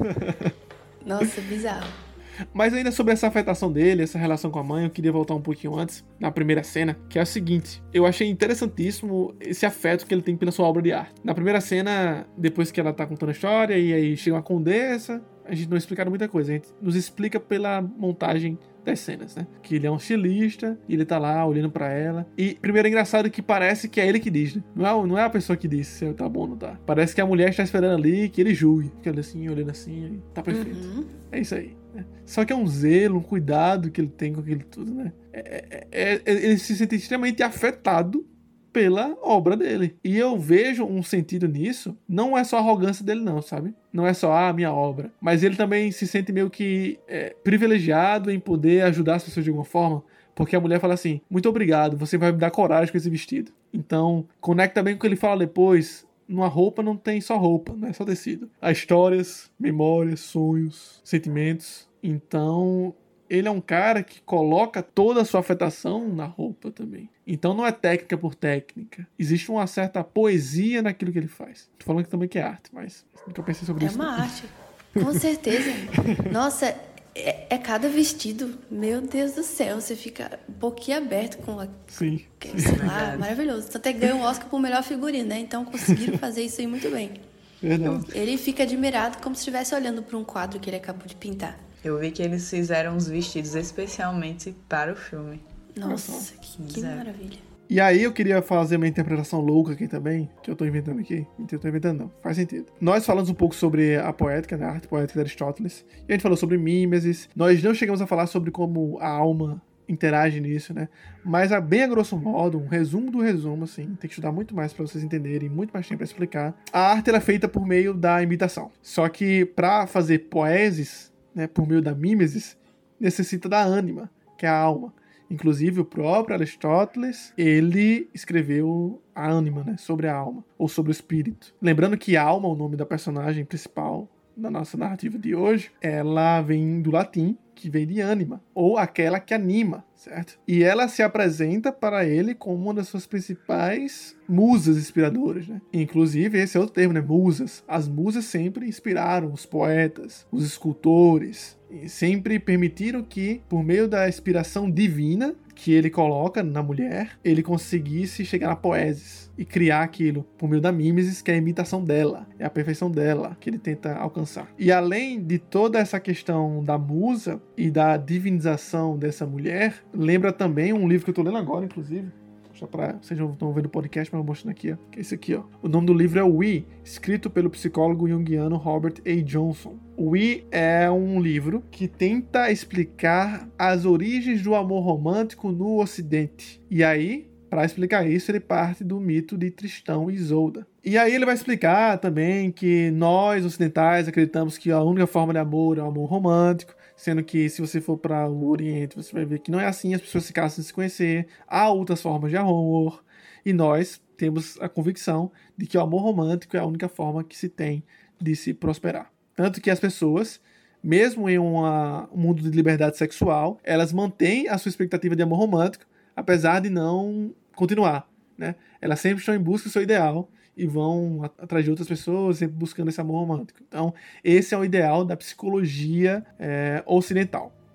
Nossa, bizarro. Mas ainda sobre essa afetação dele, essa relação com a mãe, eu queria voltar um pouquinho antes, na primeira cena, que é o seguinte. Eu achei interessantíssimo esse afeto que ele tem pela sua obra de arte. Na primeira cena, depois que ela tá contando a história, e aí chega uma condessa, a gente não explica muita coisa, a gente nos explica pela montagem das cenas, né? Que ele é um estilista, e ele tá lá olhando pra ela. E primeiro é engraçado que parece que é ele que diz, né? Não é, não é a pessoa que diz se tá bom ou não tá. Parece que a mulher está esperando ali que ele julgue. Fica ali assim, olhando assim, tá perfeito. Uhum. É isso aí. Né? Só que é um zelo, um cuidado que ele tem com aquilo tudo, né? É, é, é, ele se sente extremamente afetado pela obra dele. E eu vejo um sentido nisso, não é só a arrogância dele não, sabe? Não é só a ah, minha obra. Mas ele também se sente meio que é, privilegiado em poder ajudar as pessoas de alguma forma, porque a mulher fala assim, muito obrigado, você vai me dar coragem com esse vestido. Então, conecta bem com o que ele fala depois, numa roupa não tem só roupa, não é só tecido. Há histórias, memórias, sonhos, sentimentos. Então, ele é um cara que coloca toda a sua afetação na roupa também. Então não é técnica por técnica. Existe uma certa poesia naquilo que ele faz. Tô falando que também que é arte, mas nunca pensei sobre é isso. É uma arte, com certeza. Nossa, é, é cada vestido. Meu Deus do céu, você fica boquiaberto com a... Sim. Sei lá, maravilhoso. Até ganhou um Oscar por melhor figurino, né? Então conseguiram fazer isso aí muito bem. Verdade. Ele fica admirado como se estivesse olhando para um quadro que ele acabou de pintar. Eu vi que eles fizeram uns vestidos especialmente para o filme. Nossa, que, que maravilha. E aí eu queria fazer uma interpretação louca aqui também, que eu tô inventando aqui. Eu tô inventando não, faz sentido. Nós falamos um pouco sobre a poética, né, a arte poética de Aristóteles. E a gente falou sobre mimesis. Nós não chegamos a falar sobre como a alma interage nisso, né? Mas a bem a grosso modo, um resumo do resumo, assim, tem que estudar muito mais para vocês entenderem, muito mais tempo para explicar. A arte ela é feita por meio da imitação. Só que para fazer poeses, né, por meio da mimesis, necessita da ânima, que é a alma. Inclusive, o próprio Aristóteles, ele escreveu a ânima, né, sobre a alma, ou sobre o espírito. Lembrando que alma, o nome da personagem principal da nossa narrativa de hoje, ela vem do latim, que vem de ânima, ou aquela que anima, certo? E ela se apresenta para ele como uma das suas principais musas inspiradoras, né? Inclusive, esse é o termo, né? Musas. As musas sempre inspiraram os poetas, os escultores, e sempre permitiram que, por meio da inspiração divina que ele coloca na mulher, ele conseguisse chegar na poesis e criar aquilo por meio da mimesis, que é a imitação dela, é a perfeição dela que ele tenta alcançar. E além de toda essa questão da musa e da divinização dessa mulher, lembra também um livro que eu tô lendo agora, inclusive, só para vocês não estão vendo o podcast, mas eu mostrando aqui, ó, que é esse aqui, ó. O nome do livro é We, escrito pelo psicólogo junguiano Robert A. Johnson. We é um livro que tenta explicar as origens do amor romântico no Ocidente. E aí, para explicar isso, ele parte do mito de Tristão e Isolda. E aí ele vai explicar também que nós, ocidentais, acreditamos que a única forma de amor é o amor romântico, sendo que se você for para o Oriente, você vai ver que não é assim, as pessoas se casam sem se conhecer, há outras formas de amor, e nós temos a convicção de que o amor romântico é a única forma que se tem de se prosperar. Tanto que as pessoas, mesmo em uma, um mundo de liberdade sexual, elas mantêm a sua expectativa de amor romântico, apesar de não continuar, né? Elas sempre estão em busca do seu ideal e vão atrás de outras pessoas, sempre buscando esse amor romântico. Então, esse é o ideal da psicologia é, ocidental.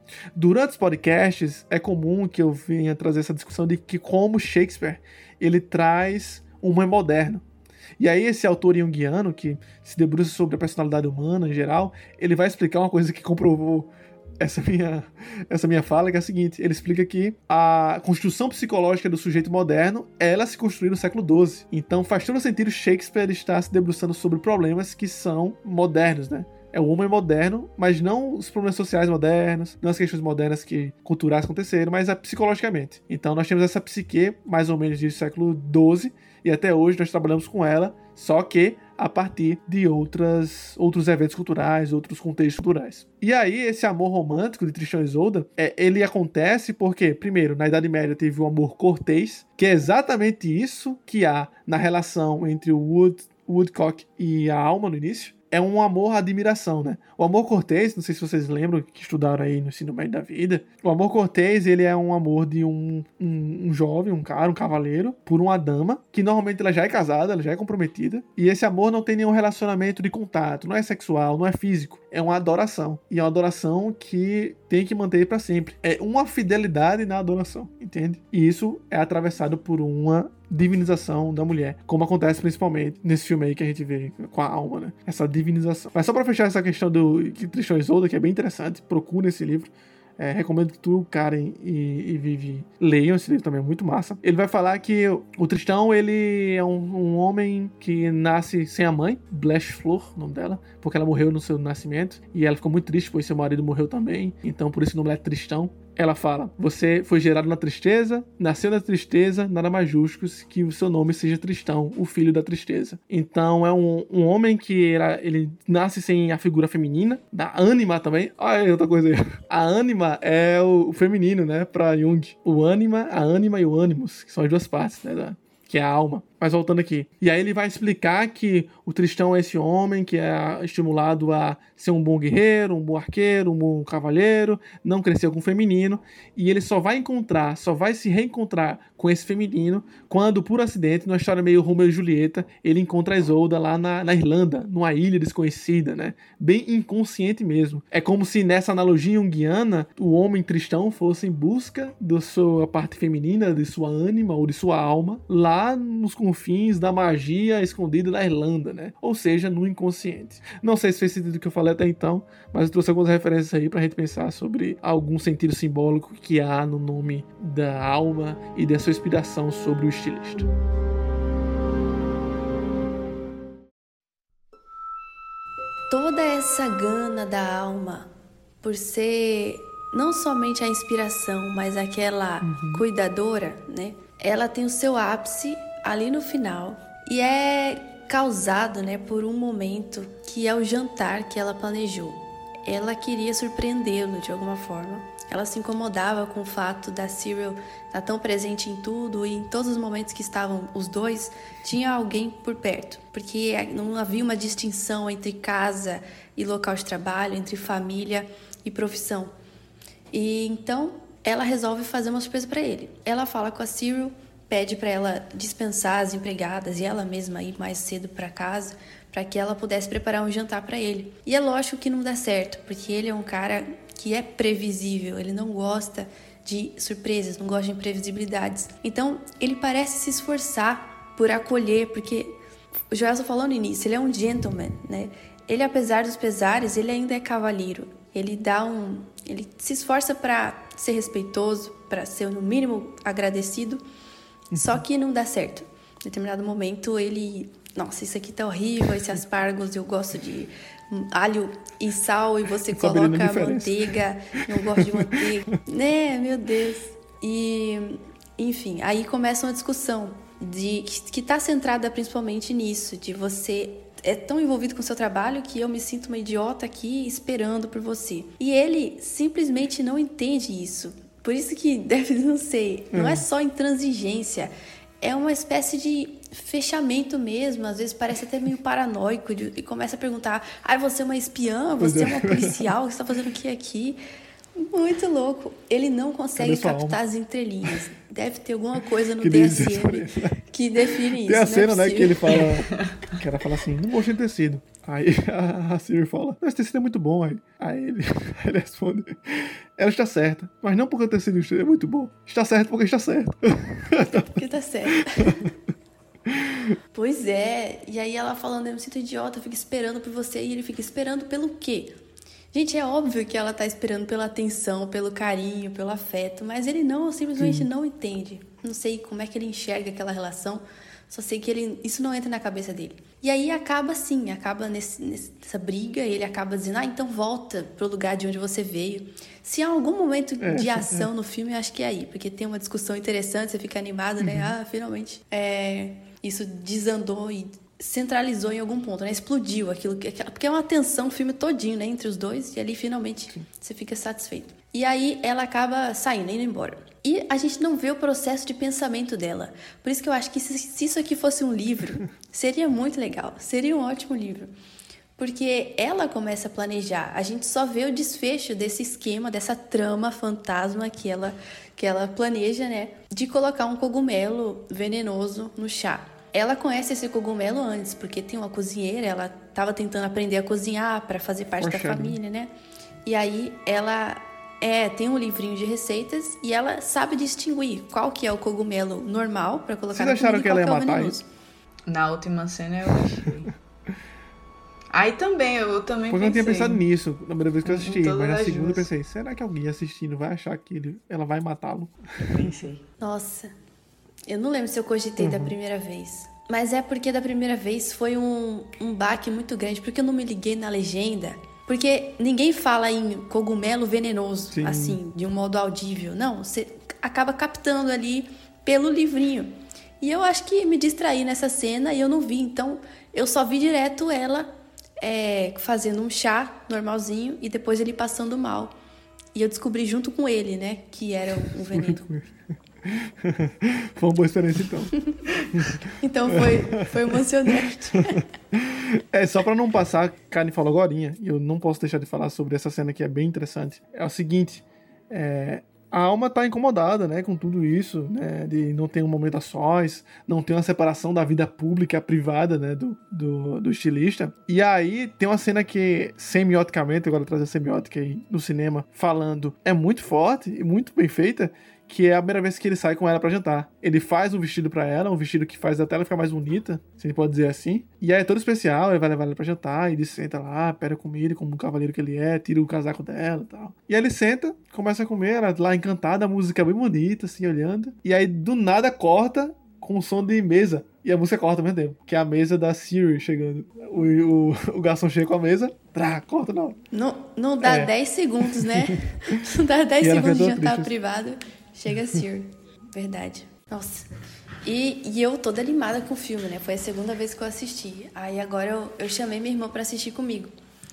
Durante os podcasts, é comum que eu venha trazer essa discussão de que como Shakespeare, ele traz um homem moderno. E aí esse autor junguiano, que se debruça sobre a personalidade humana em geral, ele vai explicar uma coisa que comprovou essa minha, essa minha fala, que é a seguinte: ele explica que a construção psicológica do sujeito moderno, ela se construiu no século doze. Então faz todo sentido Shakespeare estar se debruçando sobre problemas que são modernos, né? É o homem moderno, mas não os problemas sociais modernos, não as questões modernas que culturais aconteceram, mas é psicologicamente. Então nós temos essa psique, mais ou menos do século doze, e até hoje nós trabalhamos com ela, só que a partir de outras, outros eventos culturais, outros contextos culturais. E aí esse amor romântico de Tristão e Isolda, é, ele acontece porque, primeiro, na Idade Média teve o amor cortês, que é exatamente isso que há na relação entre o Wood, Woodcock e a Alma no início. É um amor à admiração, né? O amor cortês, não sei se vocês lembram, que estudaram aí no ensino médio da vida, o amor cortês, ele é um amor de um, um, um jovem, um cara, um cavaleiro, por uma dama, que normalmente ela já é casada, ela já é comprometida, e esse amor não tem nenhum relacionamento de contato, não é sexual, não é físico, é uma adoração. E é uma adoração que tem que manter para sempre. É uma fidelidade na adoração, entende? E isso é atravessado por uma divinização da mulher, como acontece principalmente nesse filme aí que a gente vê com a Alma, né? Essa divinização. Mas só pra fechar essa questão do Tristão e Isolda, que é bem interessante, procure esse livro. É, recomendo que tu, Karen e, e Vivi leiam esse livro também, é muito massa. Ele vai falar que o Tristão, ele é um, um homem que nasce sem a mãe, Blanche Fleur, o nome dela, porque ela morreu no seu nascimento, e ela ficou muito triste, pois seu marido morreu também, então por isso o nome é Tristão. Ela fala: você foi gerado na tristeza, nasceu na tristeza, nada mais justo que o seu nome seja Tristão, o filho da tristeza. Então é um, um homem que era, ele nasce sem a figura feminina, da ânima também. Olha aí outra coisa aí. A ânima é o, o feminino, né, pra Jung. O ânima, a ânima e o ânimos, que são as duas partes, né, da, que é a alma. Mas voltando aqui. E aí ele vai explicar que o Tristão é esse homem que é estimulado a ser um bom guerreiro, um bom arqueiro, um bom cavalheiro, não cresceu com o feminino, e ele só vai encontrar, só vai se reencontrar com esse feminino quando, por acidente, numa história meio Romeu e Julieta, ele encontra a Isolda lá na, na Irlanda, numa ilha desconhecida, né? Bem inconsciente mesmo. É como se nessa analogia junguiana, o homem Tristão fosse em busca da sua parte feminina, de sua ânima ou de sua alma, lá nos confins da magia escondida na Irlanda, né? Ou seja, no inconsciente. Não sei se fez sentido o que eu falei até então, mas eu trouxe algumas referências aí pra gente pensar sobre algum sentido simbólico que há no nome da alma e da sua inspiração sobre o estilista. Toda essa gana da alma, por ser não somente a inspiração, mas aquela uhum. cuidadora, né? Ela tem o seu ápice ali no final e é causado, né, por um momento que é o jantar que ela planejou. Ela queria surpreendê-lo de alguma forma. Ela se incomodava com o fato da Cyril estar tão presente em tudo e em todos os momentos que estavam os dois, tinha alguém por perto. Porque não havia uma distinção entre casa e local de trabalho, entre família e profissão. E então ela resolve fazer uma surpresa para ele. Ela fala com a Cyril, pede para ela dispensar as empregadas e ela mesma ir mais cedo para casa para que ela pudesse preparar um jantar para ele. E é lógico que não dá certo, porque ele é um cara que é previsível, ele não gosta de surpresas, não gosta de imprevisibilidades. Então, ele parece se esforçar por acolher, porque o Joelson falou no início, ele é um gentleman, né? Ele, apesar dos pesares, ele ainda é cavalheiro. Ele dá um, ele se esforça para ser respeitoso, para ser no mínimo agradecido. Só que não dá certo. Em determinado momento ele... Nossa, isso aqui tá horrível, esse aspargos, eu gosto de alho e sal e você coloca manteiga, eu gosto de manteiga. Né, meu Deus. E, enfim, aí começa uma discussão de, que, que tá centrada principalmente nisso, de você... é tão envolvido com o seu trabalho que eu me sinto uma idiota aqui esperando por você. E ele simplesmente não entende isso. Por isso que deve, não sei, não hum. é só intransigência, é uma espécie de fechamento mesmo, às vezes parece até meio paranoico, de, e começa a perguntar, ah, você é uma espiã, você é uma policial, você está fazendo o que aqui? Muito louco. Ele não consegue captar alma? As entrelinhas. Deve ter alguma coisa no D S M que define isso. Tem a cena, é né, que ele fala, que ela fala assim, não gostei de tecido. Aí a Siri fala, esse tecido é muito bom. Aí, aí ele, ele responde, ela está certa, mas não porque o tecido é muito bom. Está certo porque está certo. Porque tá certo. Pois é. E aí ela falando, eu me sinto idiota, eu fico esperando por você. E ele fica esperando pelo quê? Gente, é óbvio que ela tá esperando pela atenção, pelo carinho, pelo afeto. Mas ele não, simplesmente Sim. não entende. Não sei como é que ele enxerga aquela relação. Só sei que ele, isso não entra na cabeça dele. E aí acaba assim, acaba nesse, nessa briga. Ele acaba dizendo, ah, então volta pro lugar de onde você veio. Se há algum momento é, de ação é. no filme, eu acho que é aí. Porque tem uma discussão interessante, você fica animado, uhum. né? Ah, finalmente. É, isso desandou e centralizou em algum ponto, né? Explodiu aquilo. Porque é uma tensão o filme todinho, né? Entre os dois. E ali, finalmente, Sim. você fica satisfeito. E aí, ela acaba saindo, indo embora. E a gente não vê o processo de pensamento dela. Por isso que eu acho que se, se isso aqui fosse um livro, seria muito legal. Seria um ótimo livro. Porque ela começa a planejar. A gente só vê o desfecho desse esquema, dessa trama fantasma que ela, que ela planeja, né? De colocar um cogumelo venenoso no chá. Ela conhece esse cogumelo antes, porque tem uma cozinheira, ela estava tentando aprender a cozinhar para fazer parte Poxa, da família, né? E aí ela é, tem um livrinho de receitas e ela sabe distinguir qual que é o cogumelo normal para colocar Vocês na comida e qual que é o o venenoso. Na última cena eu achei. Aí também, eu também Porque pensei. eu não tinha pensado nisso na primeira vez que eu assisti, mas na segunda eu duas. pensei, será que alguém assistindo vai achar que ele, ela vai matá-lo? Pensei. Nossa, eu não lembro se eu cogitei uhum. da primeira vez. Mas é porque da primeira vez foi um, um baque muito grande, porque eu não me liguei na legenda. Porque ninguém fala em cogumelo venenoso, Sim. assim, de um modo audível. Não, você acaba captando ali pelo livrinho. E eu acho que me distraí nessa cena e eu não vi. Então, eu só vi direto ela é, fazendo um chá normalzinho e depois ele passando mal. E eu descobri junto com ele, né, que era um veneno. Foi uma boa experiência, então. Então foi, foi emocionante. É, só pra não passar, a Karen falou agorinha, e eu não posso deixar de falar sobre essa cena que é bem interessante. É o seguinte, é, a Alma tá incomodada, né, com tudo isso, né, de não ter um momento a sós, não ter uma separação da vida pública e privada, né, do, do, do estilista. E aí tem uma cena que, semioticamente, agora trazer a semiótica aí no cinema, falando, é muito forte e muito bem feita, que é a primeira vez que ele sai com ela pra jantar. Ele faz um vestido pra ela, um vestido que faz até ela ficar mais bonita, se a gente pode dizer assim. E aí é todo especial, ele vai levar ela pra jantar, e ele senta lá, pega comida, como um cavaleiro que ele é, tira o casaco dela e tal. E aí ele senta, começa a comer, ela lá encantada, a música bem bonita, assim, olhando. E aí do nada corta com um som de mesa. E a música corta ao mesmo tempo, que é a mesa da Siri chegando. O, o, o garçom chega com a mesa, trá, corta não. Não, não dá é. dez segundos, né? Não dá dez segundos de jantar triste. privado. Chega a Siri, verdade. Nossa. E, e eu toda animada com o filme, né? Foi a segunda vez que eu assisti. Aí agora eu, eu chamei minha irmã pra assistir comigo.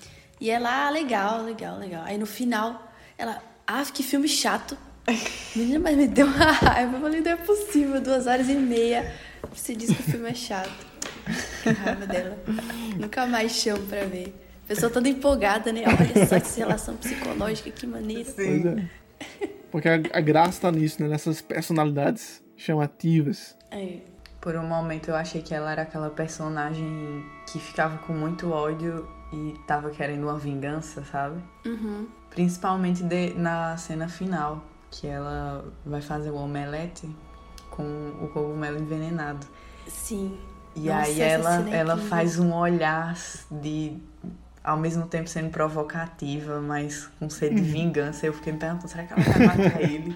E ela, ah, legal, legal, legal. Aí no final, ela, ah, que filme chato. Menina, mas me deu uma raiva. Eu falei, não é possível, duas horas e meia. Você diz que o filme é chato. Que raiva dela. Nunca mais chamo pra ver. A pessoa toda empolgada, né? Olha só essa relação psicológica, que maneira. Sim. Pois é. Porque a, a graça tá nisso, né? Nessas personalidades chamativas. É. Por um momento eu achei que ela era aquela personagem que ficava com muito ódio e tava querendo uma vingança, sabe? Uhum. Principalmente de, na cena final, que ela vai fazer o omelete com o cogumelo envenenado. Sim. E Nossa, aí ela, ela faz um olhar de... ao mesmo tempo sendo provocativa, mas com sede de vingança. Eu fiquei me perguntando, será que ela vai matar ele?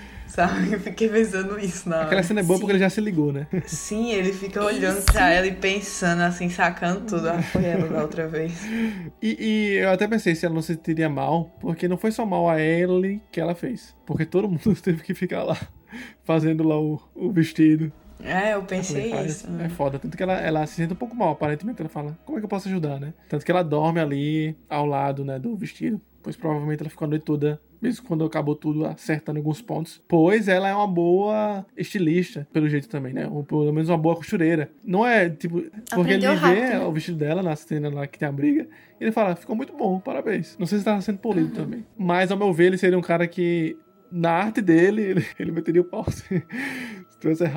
Sabe? Eu fiquei pensando isso na hora. Aquela cena é boa Sim. porque ele já se ligou, né? Sim, ele fica olhando Isso. pra ela e pensando, assim, sacando tudo. Ah, foi ela da outra vez. E, e eu até pensei se ela não se sentiria mal, porque não foi só mal a ele que ela fez. Porque todo mundo teve que ficar lá, fazendo lá o, o vestido. É, eu pensei falei, isso. É foda. Tanto que ela, ela se sente um pouco mal, aparentemente. Ela fala, como é que eu posso ajudar, né? Tanto que ela dorme ali, ao lado, né, do vestido. Pois provavelmente ela ficou a noite toda, mesmo quando acabou tudo, acertando alguns pontos. Pois ela é uma boa estilista, pelo jeito também, né? Ou pelo menos uma boa costureira. Não é, tipo... Porque Aprendeu ele rápido, vê né? o vestido dela na cena lá que tem a briga, e ele fala, ficou muito bom, parabéns. Não sei se tava sendo polido Uhum. também. Mas, ao meu ver, ele seria um cara que, na arte dele, ele, ele meteria o pau se estivesse errado.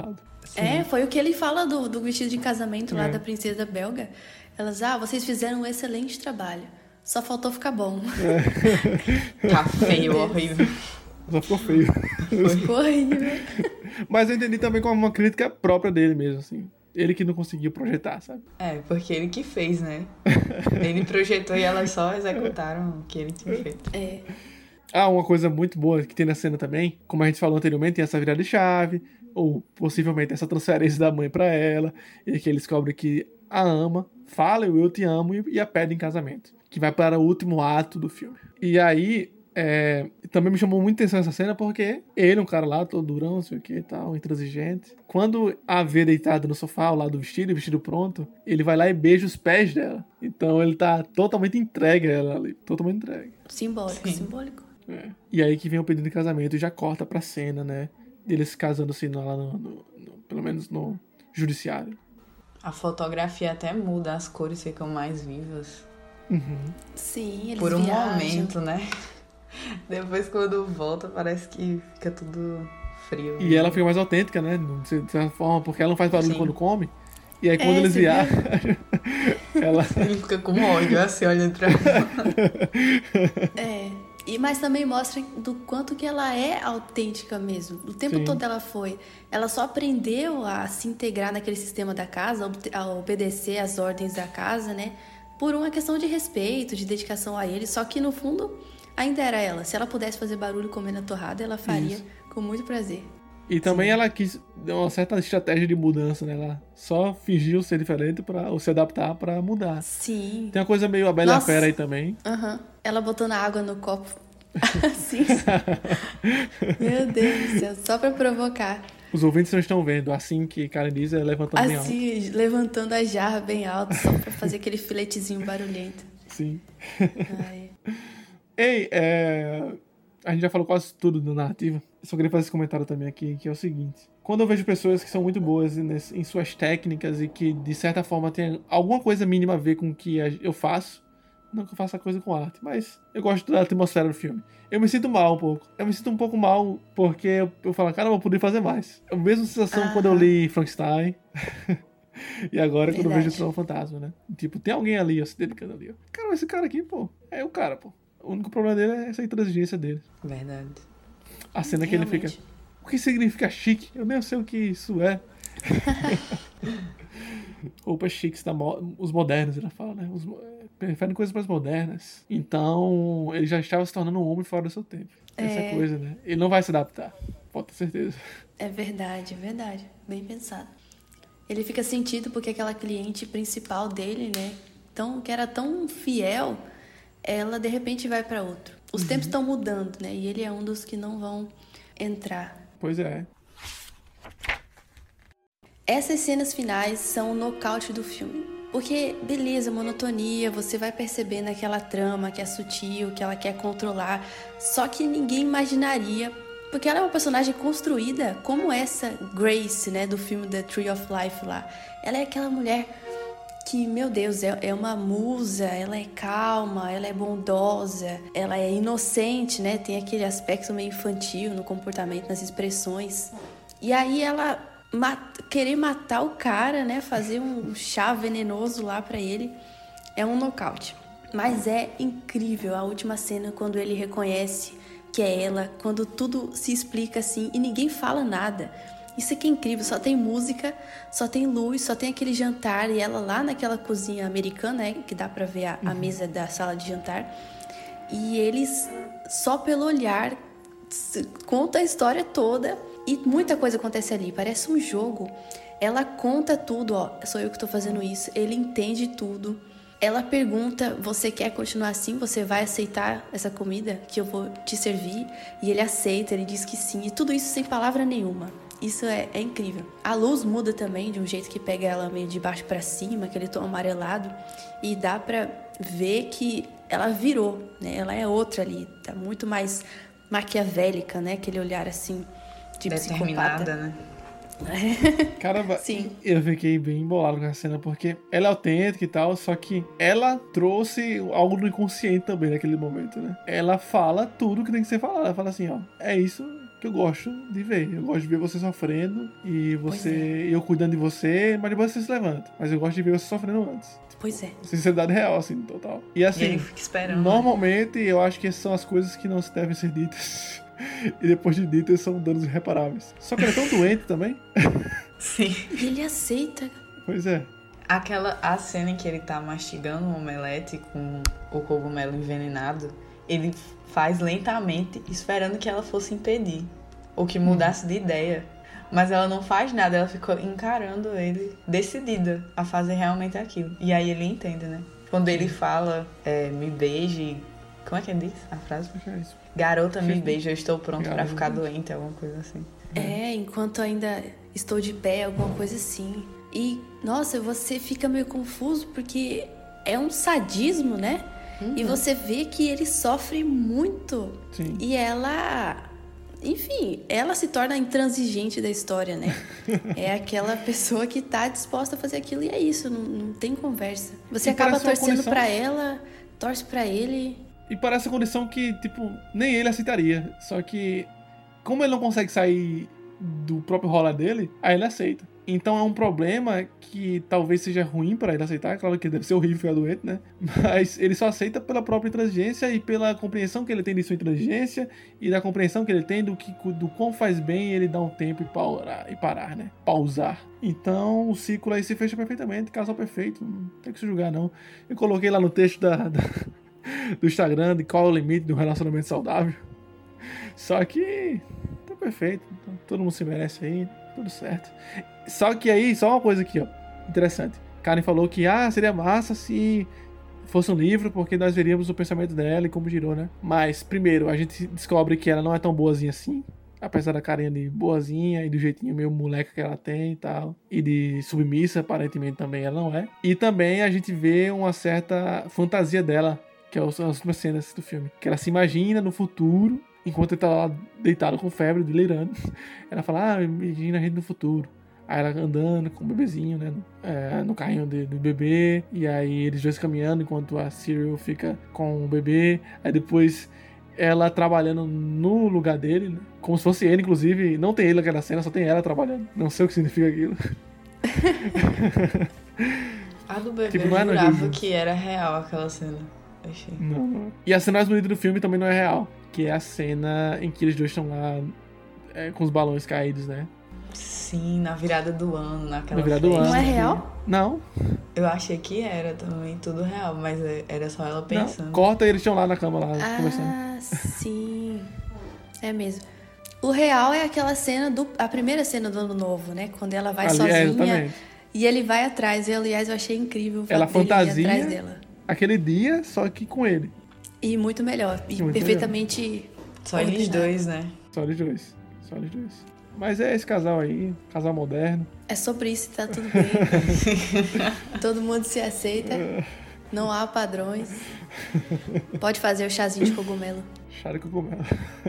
É, foi o que ele fala do, do vestido de casamento lá É. da princesa belga. Elas, ah, vocês fizeram um excelente trabalho. Só faltou ficar bom. Tá feio, horrível. Só ficou feio. Ficou horrível. Mas eu entendi também como uma crítica própria dele mesmo, assim. Ele que não conseguiu projetar, sabe? É, porque ele que fez, né? Ele projetou e elas só executaram o que ele tinha feito. É. Ah, uma coisa muito boa que tem na cena também, como a gente falou anteriormente, tem essa virada de chave, ou possivelmente essa transferência da mãe pra ela, e que ele descobre que a ama, fala eu, eu te amo e a pede em casamento, que vai para o último ato do filme. E aí, é, também me chamou muita atenção essa cena porque ele, um cara lá, todo durão, não sei o que e tal, intransigente, quando a vê deitada no sofá, ao lado do vestido, o vestido pronto, ele vai lá e beija os pés dela. Então ele tá totalmente entregue a ela ali, totalmente entregue. Simbólico, Sim. simbólico. É. E aí que vem o pedido de casamento e já corta pra cena, né? Deles se casando assim, lá no, no, no, pelo menos no judiciário. A fotografia até muda, as cores ficam mais vivas. Uhum. Sim, eles Por um viajam. momento, né? Depois, quando volta, parece que fica tudo frio. E ela fica mais autêntica, né? De certa forma, porque ela não faz barulho Sim. quando come. E aí quando É, eles você viajam, ela... Ele fica com ódio, assim, olhando pra É. E, mas também mostra do quanto que ela é autêntica mesmo. O tempo Sim. todo ela foi. Ela só aprendeu a se integrar naquele sistema da casa, a obte- a obedecer às ordens da casa, né? Por uma questão de respeito, de dedicação a ele. Só que no fundo ainda era ela. Se ela pudesse fazer barulho comendo a torrada, ela faria Isso. com muito prazer. E também ela quis dar uma certa estratégia de mudança, né? Ela só fingiu ser diferente pra, ou se adaptar pra mudar. Sim. Tem uma coisa meio a Bela e a Nossa. Fera aí também. Aham. Ela botando a água no copo. Assim. Meu Deus do céu. Só pra provocar. Os ouvintes não estão vendo. Assim que Karen diz, é levantando bem alto. Assim, levantando a jarra bem alto, só pra fazer aquele filetezinho barulhento. Sim. Ai. Ei, é... a gente já falou quase tudo da narrativa. Eu só queria fazer esse comentário também aqui, que é o seguinte. Quando eu vejo pessoas que são muito boas em, em suas técnicas e que, de certa forma, tem alguma coisa mínima a ver com o que eu faço, não que eu faça coisa com arte, mas eu gosto da atmosfera do filme. Eu me sinto mal um pouco. Eu me sinto um pouco mal porque eu, eu falo, cara, eu poderia fazer mais. É a mesma sensação Aham. quando eu li Frankenstein. E agora quando eu Verdade. vejo o Trono Fantasma, né? Tipo, tem alguém ali, ó, se dedicando ali, ó. Cara, esse cara aqui, pô, é o cara, pô. O único problema dele é essa intransigência dele. Verdade. A cena que ele Realmente. fica... O que significa chique? Eu nem sei o que isso é. Roupas chiques, da mo... os modernos, ele fala, né? Os... Preferem coisas mais modernas. Então, ele já estava se tornando um homem fora do seu tempo. Essa É. coisa, né? Ele não vai se adaptar. Pode ter certeza. É verdade, é verdade. Bem pensado. Ele fica sentido porque aquela cliente principal dele, né? Tão, que era tão fiel, ela de repente vai pra outro. Os tempos estão mudando, né? E ele é um dos que não vão entrar. Pois é. Essas cenas finais são o nocaute do filme. Porque, beleza, monotonia, você vai percebendo aquela trama que é sutil, que ela quer controlar. Só que ninguém imaginaria, porque ela é uma personagem construída como essa Grace, né, do filme The Tree of Life lá. Ela é aquela mulher que, meu Deus, é, é uma musa, ela é calma, ela é bondosa, ela é inocente, né? Tem aquele aspecto meio infantil no comportamento, nas expressões. E aí ela mat- querer matar o cara, né? Fazer um chá venenoso lá pra ele, é um nocaute. Mas é incrível a última cena quando ele reconhece que é ela, quando tudo se explica assim e ninguém fala nada. Isso aqui é incrível, só tem música, só tem luz, só tem aquele jantar e ela lá naquela cozinha americana, né, que dá pra ver a, a mesa da sala de jantar. E eles, só pelo olhar, s- conta a história toda e muita coisa acontece ali, parece um jogo. Ela conta tudo, ó, sou eu que tô fazendo isso, ele entende tudo. Ela pergunta, você quer continuar assim? Você vai aceitar essa comida que eu vou te servir? E ele aceita, ele diz que sim, e tudo isso sem palavra nenhuma. Isso é, é incrível. A luz muda também, de um jeito que pega ela meio de baixo pra cima, aquele tom amarelado. E dá pra ver que ela virou, né? Ela é outra ali. Tá muito mais maquiavélica, né? Aquele olhar assim, de Determinada, psicopata. né? Caramba, Sim. eu fiquei bem embolado com essa cena, porque ela é autêntica e tal, só que ela trouxe algo do inconsciente também naquele momento, né? Ela fala tudo que tem que ser falado. Ela fala assim, ó, é isso, que eu gosto de ver. Eu gosto de ver você sofrendo e você é. eu cuidando de você, mas depois você se levanta. Mas eu gosto de ver você sofrendo antes. Pois é. Sinceridade real, assim, total. E assim, e ele fica esperando, normalmente né? eu acho que essas são as coisas que não se devem ser ditas. E depois de ditas são danos irreparáveis. Só que ele é tão doente também. Sim. E ele aceita. Pois é. Aquela, a cena em que ele tá mastigando um omelete com o cogumelo envenenado, ele faz lentamente, esperando que ela fosse impedir. Ou que mudasse hum. de ideia. Mas ela não faz nada, ela ficou encarando ele, decidida a fazer realmente aquilo. E aí ele entende, né? Quando ele fala, é, me beije... Como é que ele diz a frase? É isso. Garota, me beija, eu estou pronto Garota. pra ficar doente, alguma coisa assim. É, enquanto ainda estou de pé, alguma coisa assim. E, nossa, você fica meio confuso porque é um sadismo, né? Uhum. E você vê que ele sofre muito. Sim. E ela... Enfim, ela se torna a intransigente da história, né? É aquela pessoa que tá disposta a fazer aquilo e é isso, não, não tem conversa. Você e acaba torcendo condição... pra ela, torce pra ele... E parece a condição que, tipo, nem ele aceitaria. Só que, como ele não consegue sair do próprio rolar dele, aí ele aceita. Então é um problema que talvez seja ruim pra ele aceitar. Claro que deve ser horrível ficar doente, né? Mas ele só aceita pela própria intransigência e pela compreensão que ele tem de sua intransigência e da compreensão que ele tem do, que, do quão faz bem ele dar um tempo e parar, e parar, né? Pausar. Então o ciclo aí se fecha perfeitamente. Casal perfeito. Não tem que se julgar, não. Eu coloquei lá no texto da... da... do Instagram, de qual é o limite de um relacionamento saudável. Só que tá perfeito, todo mundo se merece aí, tudo certo. Só que aí, só uma coisa aqui, ó, interessante. Karen falou que, ah, seria massa se fosse um livro, porque nós veríamos o pensamento dela e como girou, né? Mas, primeiro, a gente descobre que ela não é tão boazinha assim, apesar da carinha de boazinha e do jeitinho meio moleca que ela tem e tal. E de submissa, aparentemente também ela não é. E também a gente vê uma certa fantasia dela, que é as últimas cenas do filme. Que ela se imagina no futuro, enquanto ele tá lá deitado com febre, delirando. Ela fala, ah, imagina a gente no futuro. Aí ela andando com o bebezinho, né? É, no carrinho de, do bebê. E aí eles dois caminhando, enquanto a Cyril fica com o bebê. Aí depois ela trabalhando no lugar dele, né? Como se fosse ele, inclusive. Não tem ele naquela cena, só tem ela trabalhando. Não sei o que significa aquilo. A do bebê, tipo, eu jurava que era real aquela cena. Achei. Não, não. E a cena mais bonita do filme também não é real, que é a cena em que eles dois estão lá é, com os balões caídos, né? Sim, na virada do ano, naquela na virada do ano. Não é real? Não. Eu achei que era também tudo real, mas era só ela pensando. Não, corta e eles estão lá na cama, lá, ah, conversando. Ah, sim. É mesmo. O real é aquela cena, do, a primeira cena do Ano Novo, né? Quando ela vai Ali, sozinha é, e ele vai atrás. Eu, aliás, eu achei incrível ela fantasia atrás dela. Aquele dia, só que com ele. E muito melhor. E muito perfeitamente... Melhor. Só eles dois, né? Só eles dois. Só eles dois. Mas é esse casal aí, casal moderno. É sobre isso, tá tudo bem. Todo mundo se aceita. Não há padrões. Pode fazer o chazinho de cogumelo. Chá de cogumelo.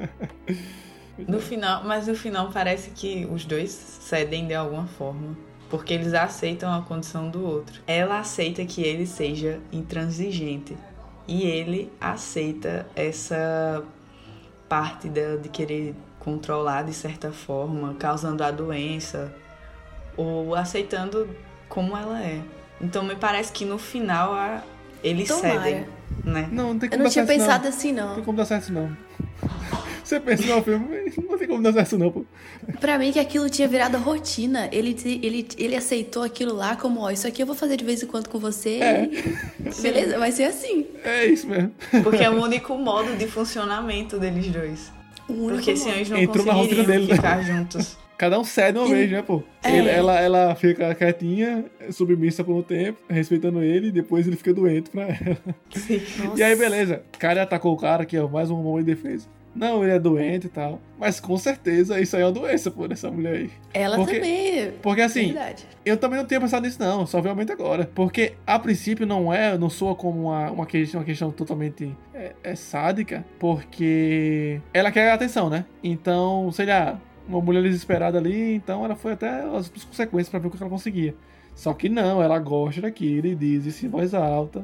No final, mas no final parece que os dois cedem de alguma forma. Porque eles aceitam a condição do outro. Ela aceita que ele seja intransigente. E ele aceita essa parte dela de querer controlar de certa forma, causando a doença. Ou aceitando como ela é. Então me parece que no final a, eles Tomara. cedem. Né? Não, não tem Eu como não dar tinha certo, pensado não. assim, não. Não tem como dar certo, não. Você pensa no filme, não tem como dar certo, não, pô. Pra mim que aquilo tinha virado rotina. Ele, ele, ele aceitou aquilo lá como, ó, isso aqui eu vou fazer de vez em quando com você. É. E... beleza, vai ser assim. É isso mesmo. Porque é o único modo de funcionamento deles dois. O único Porque modo. senão eles não Entrou na rotina conseguiriam dele, ficar né? juntos. Cada um cede uma E... vez, né, pô? É. Ele, ela, ela fica quietinha, submissa por um tempo, respeitando ele, e depois ele fica doente pra ela. Sim. E aí, beleza. O cara atacou o cara aqui, ó, mais um momento de defesa. Não, ele é doente e tal. Mas com certeza isso aí é uma doença, pô, dessa mulher aí. Ela porque, também. Porque assim, Verdade. eu também não tinha pensado nisso, não. Só vi realmente agora. Porque a princípio não é, não soa como uma, uma, questão, uma questão totalmente é, é sádica. Porque ela quer atenção, né? Então, sei lá, uma mulher desesperada ali, então ela foi até as consequências pra ver o que ela conseguia. Só que não, ela gosta daquilo e diz isso em voz alta.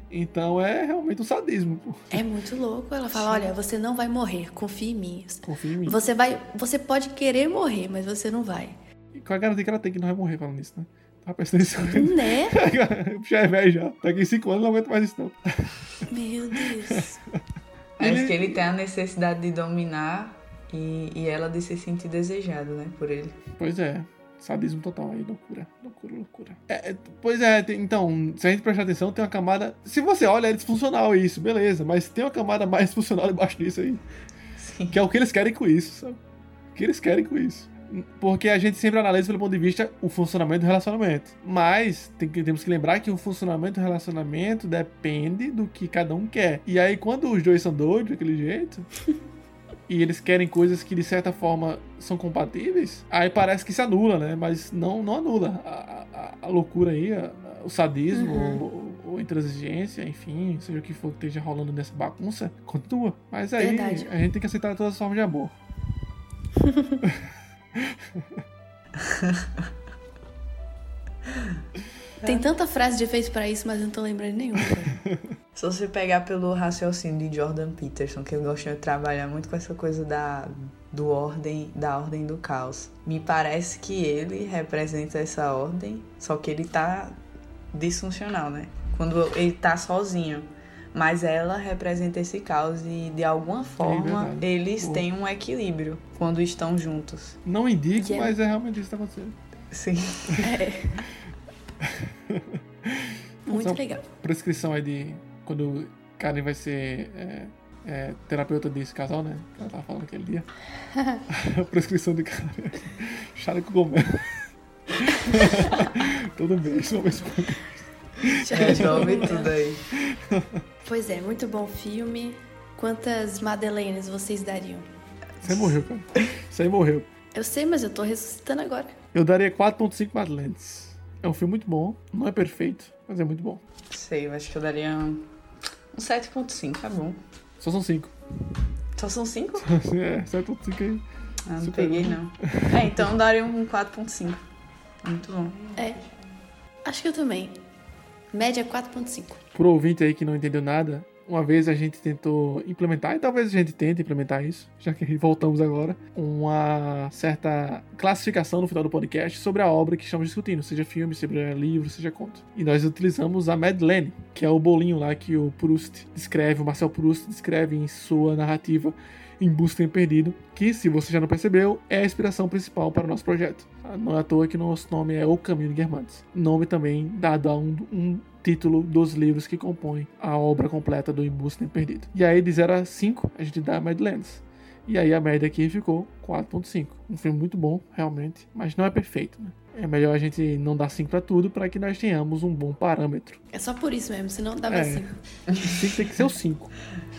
Então é realmente um sadismo. Pô. É muito louco. Ela fala, olha, você não vai morrer, confia em mim. Confia em mim. Você, vai, você pode querer morrer, mas você não vai. E qual a garantia que ela tem que não vai morrer falando isso, né? Tava pensando nisso. Né? Já é velho já. Daqui cinco anos não aguento mais isso não. Meu Deus. Acho que ele tem a necessidade de dominar e, e ela de se sentir desejada, né, por ele. Pois é. Sadismo total aí, loucura, loucura, loucura. É, é, pois é, tem, então, se a gente prestar atenção, tem uma camada... Se você olha, é disfuncional isso, beleza, mas tem uma camada mais disfuncional embaixo disso aí. Sim. Que é o que eles querem com isso, sabe? O que eles querem com isso. Porque a gente sempre analisa pelo ponto de vista o funcionamento do relacionamento. Mas tem que, temos que lembrar que o funcionamento do relacionamento depende do que cada um quer. E aí, quando os dois são doidos daquele jeito... e eles querem coisas que de certa forma são compatíveis, aí parece que se anula, né? Mas não, não anula. A, a, a loucura aí, a, a, o sadismo, uhum. ou a intransigência, enfim, seja o que for que esteja rolando nessa bagunça, continua. Mas aí Verdade. A gente tem que aceitar todas as formas de amor. Tem tanta frase de efeito pra isso, mas eu não tô lembrando nenhuma. Se você pegar pelo raciocínio de Jordan Peterson, que ele gosta de trabalhar muito com essa coisa da, do ordem, da ordem do caos, me parece que ele representa essa ordem, só que ele tá disfuncional, né? Quando ele tá sozinho. Mas ela representa esse caos e, de alguma forma, é eles Pô. têm um equilíbrio quando estão juntos. Não indico, yeah. mas é realmente isso que tá acontecendo. Sim. É. Muito legal. Prescrição aí de quando Karen vai ser é, é, terapeuta desse casal, né? Que ela tava falando aquele dia. A prescrição de Karen. Chale com gomé. Todo mês, uma vez por mês. Resolve tudo aí. Pois é, muito bom filme. Quantas Madeleines vocês dariam? Você morreu, cara. Você morreu. Eu sei, mas eu tô ressuscitando agora. Eu daria quatro ponto cinco Madeleines. É um filme muito bom. Não é perfeito, mas é muito bom. Sei, eu acho que eu daria um sete ponto cinco, tá bom. Só são cinco. Só são cinco? É, sete ponto cinco aí. Ah, não Super peguei, bom. Não. É, então eu daria um quatro ponto cinco. Muito bom. É. Acho que eu também. Média quatro ponto cinco. Pro ouvinte aí que não entendeu nada, uma vez a gente tentou implementar, e talvez a gente tente implementar isso, já que voltamos agora, uma certa classificação no final do podcast sobre a obra que estamos discutindo, seja filme, seja livro, seja conto. E nós utilizamos a Madeleine, que é o bolinho lá que o Proust descreve, o Marcel Proust descreve em sua narrativa Em Busca do Tempo Perdido, que, se você já não percebeu, é a inspiração principal para o nosso projeto. Não é à toa que nosso nome é O Caminho de Guermantes. Nome também dado a um, um título dos livros que compõem a obra completa do Em Busca do Tempo Perdido. E aí, de zero a cinco, a gente dá Madeleines. E aí, a média aqui ficou quatro ponto cinco. Um filme muito bom, realmente, mas não é perfeito, né? É melhor a gente não dar cinco para tudo, para que nós tenhamos um bom parâmetro. É só por isso mesmo, senão dava cinco. cinco tem que ser o cinco.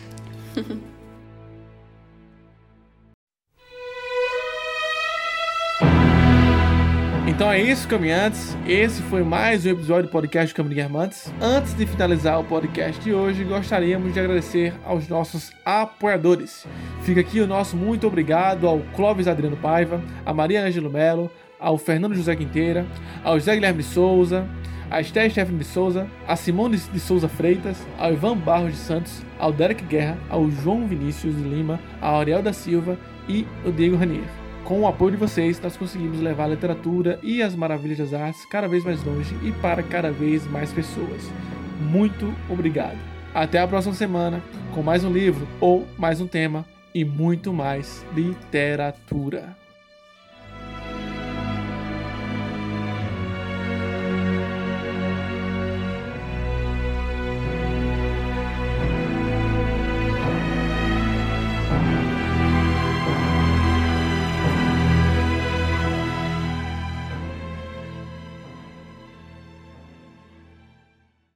Então é isso, caminhantes. Esse foi mais um episódio do podcast do Caminho de Guermantes. Antes de finalizar o podcast de hoje, gostaríamos de agradecer aos nossos apoiadores. Fica aqui o nosso muito obrigado ao Clóvis Adriano Paiva, a Maria Ângelo Melo, ao Fernando José Quinteira, ao José Guilherme de Souza, a Esther Stephanie de Souza, a Simone de Souza Freitas, ao Ivan Barros de Santos, ao Derek Guerra, ao João Vinícius de Lima, ao Ariel da Silva e ao Diego Ranier. Com o apoio de vocês, nós conseguimos levar a literatura e as maravilhas das artes cada vez mais longe e para cada vez mais pessoas. Muito obrigado. Até a próxima semana com mais um livro ou mais um tema e muito mais literatura.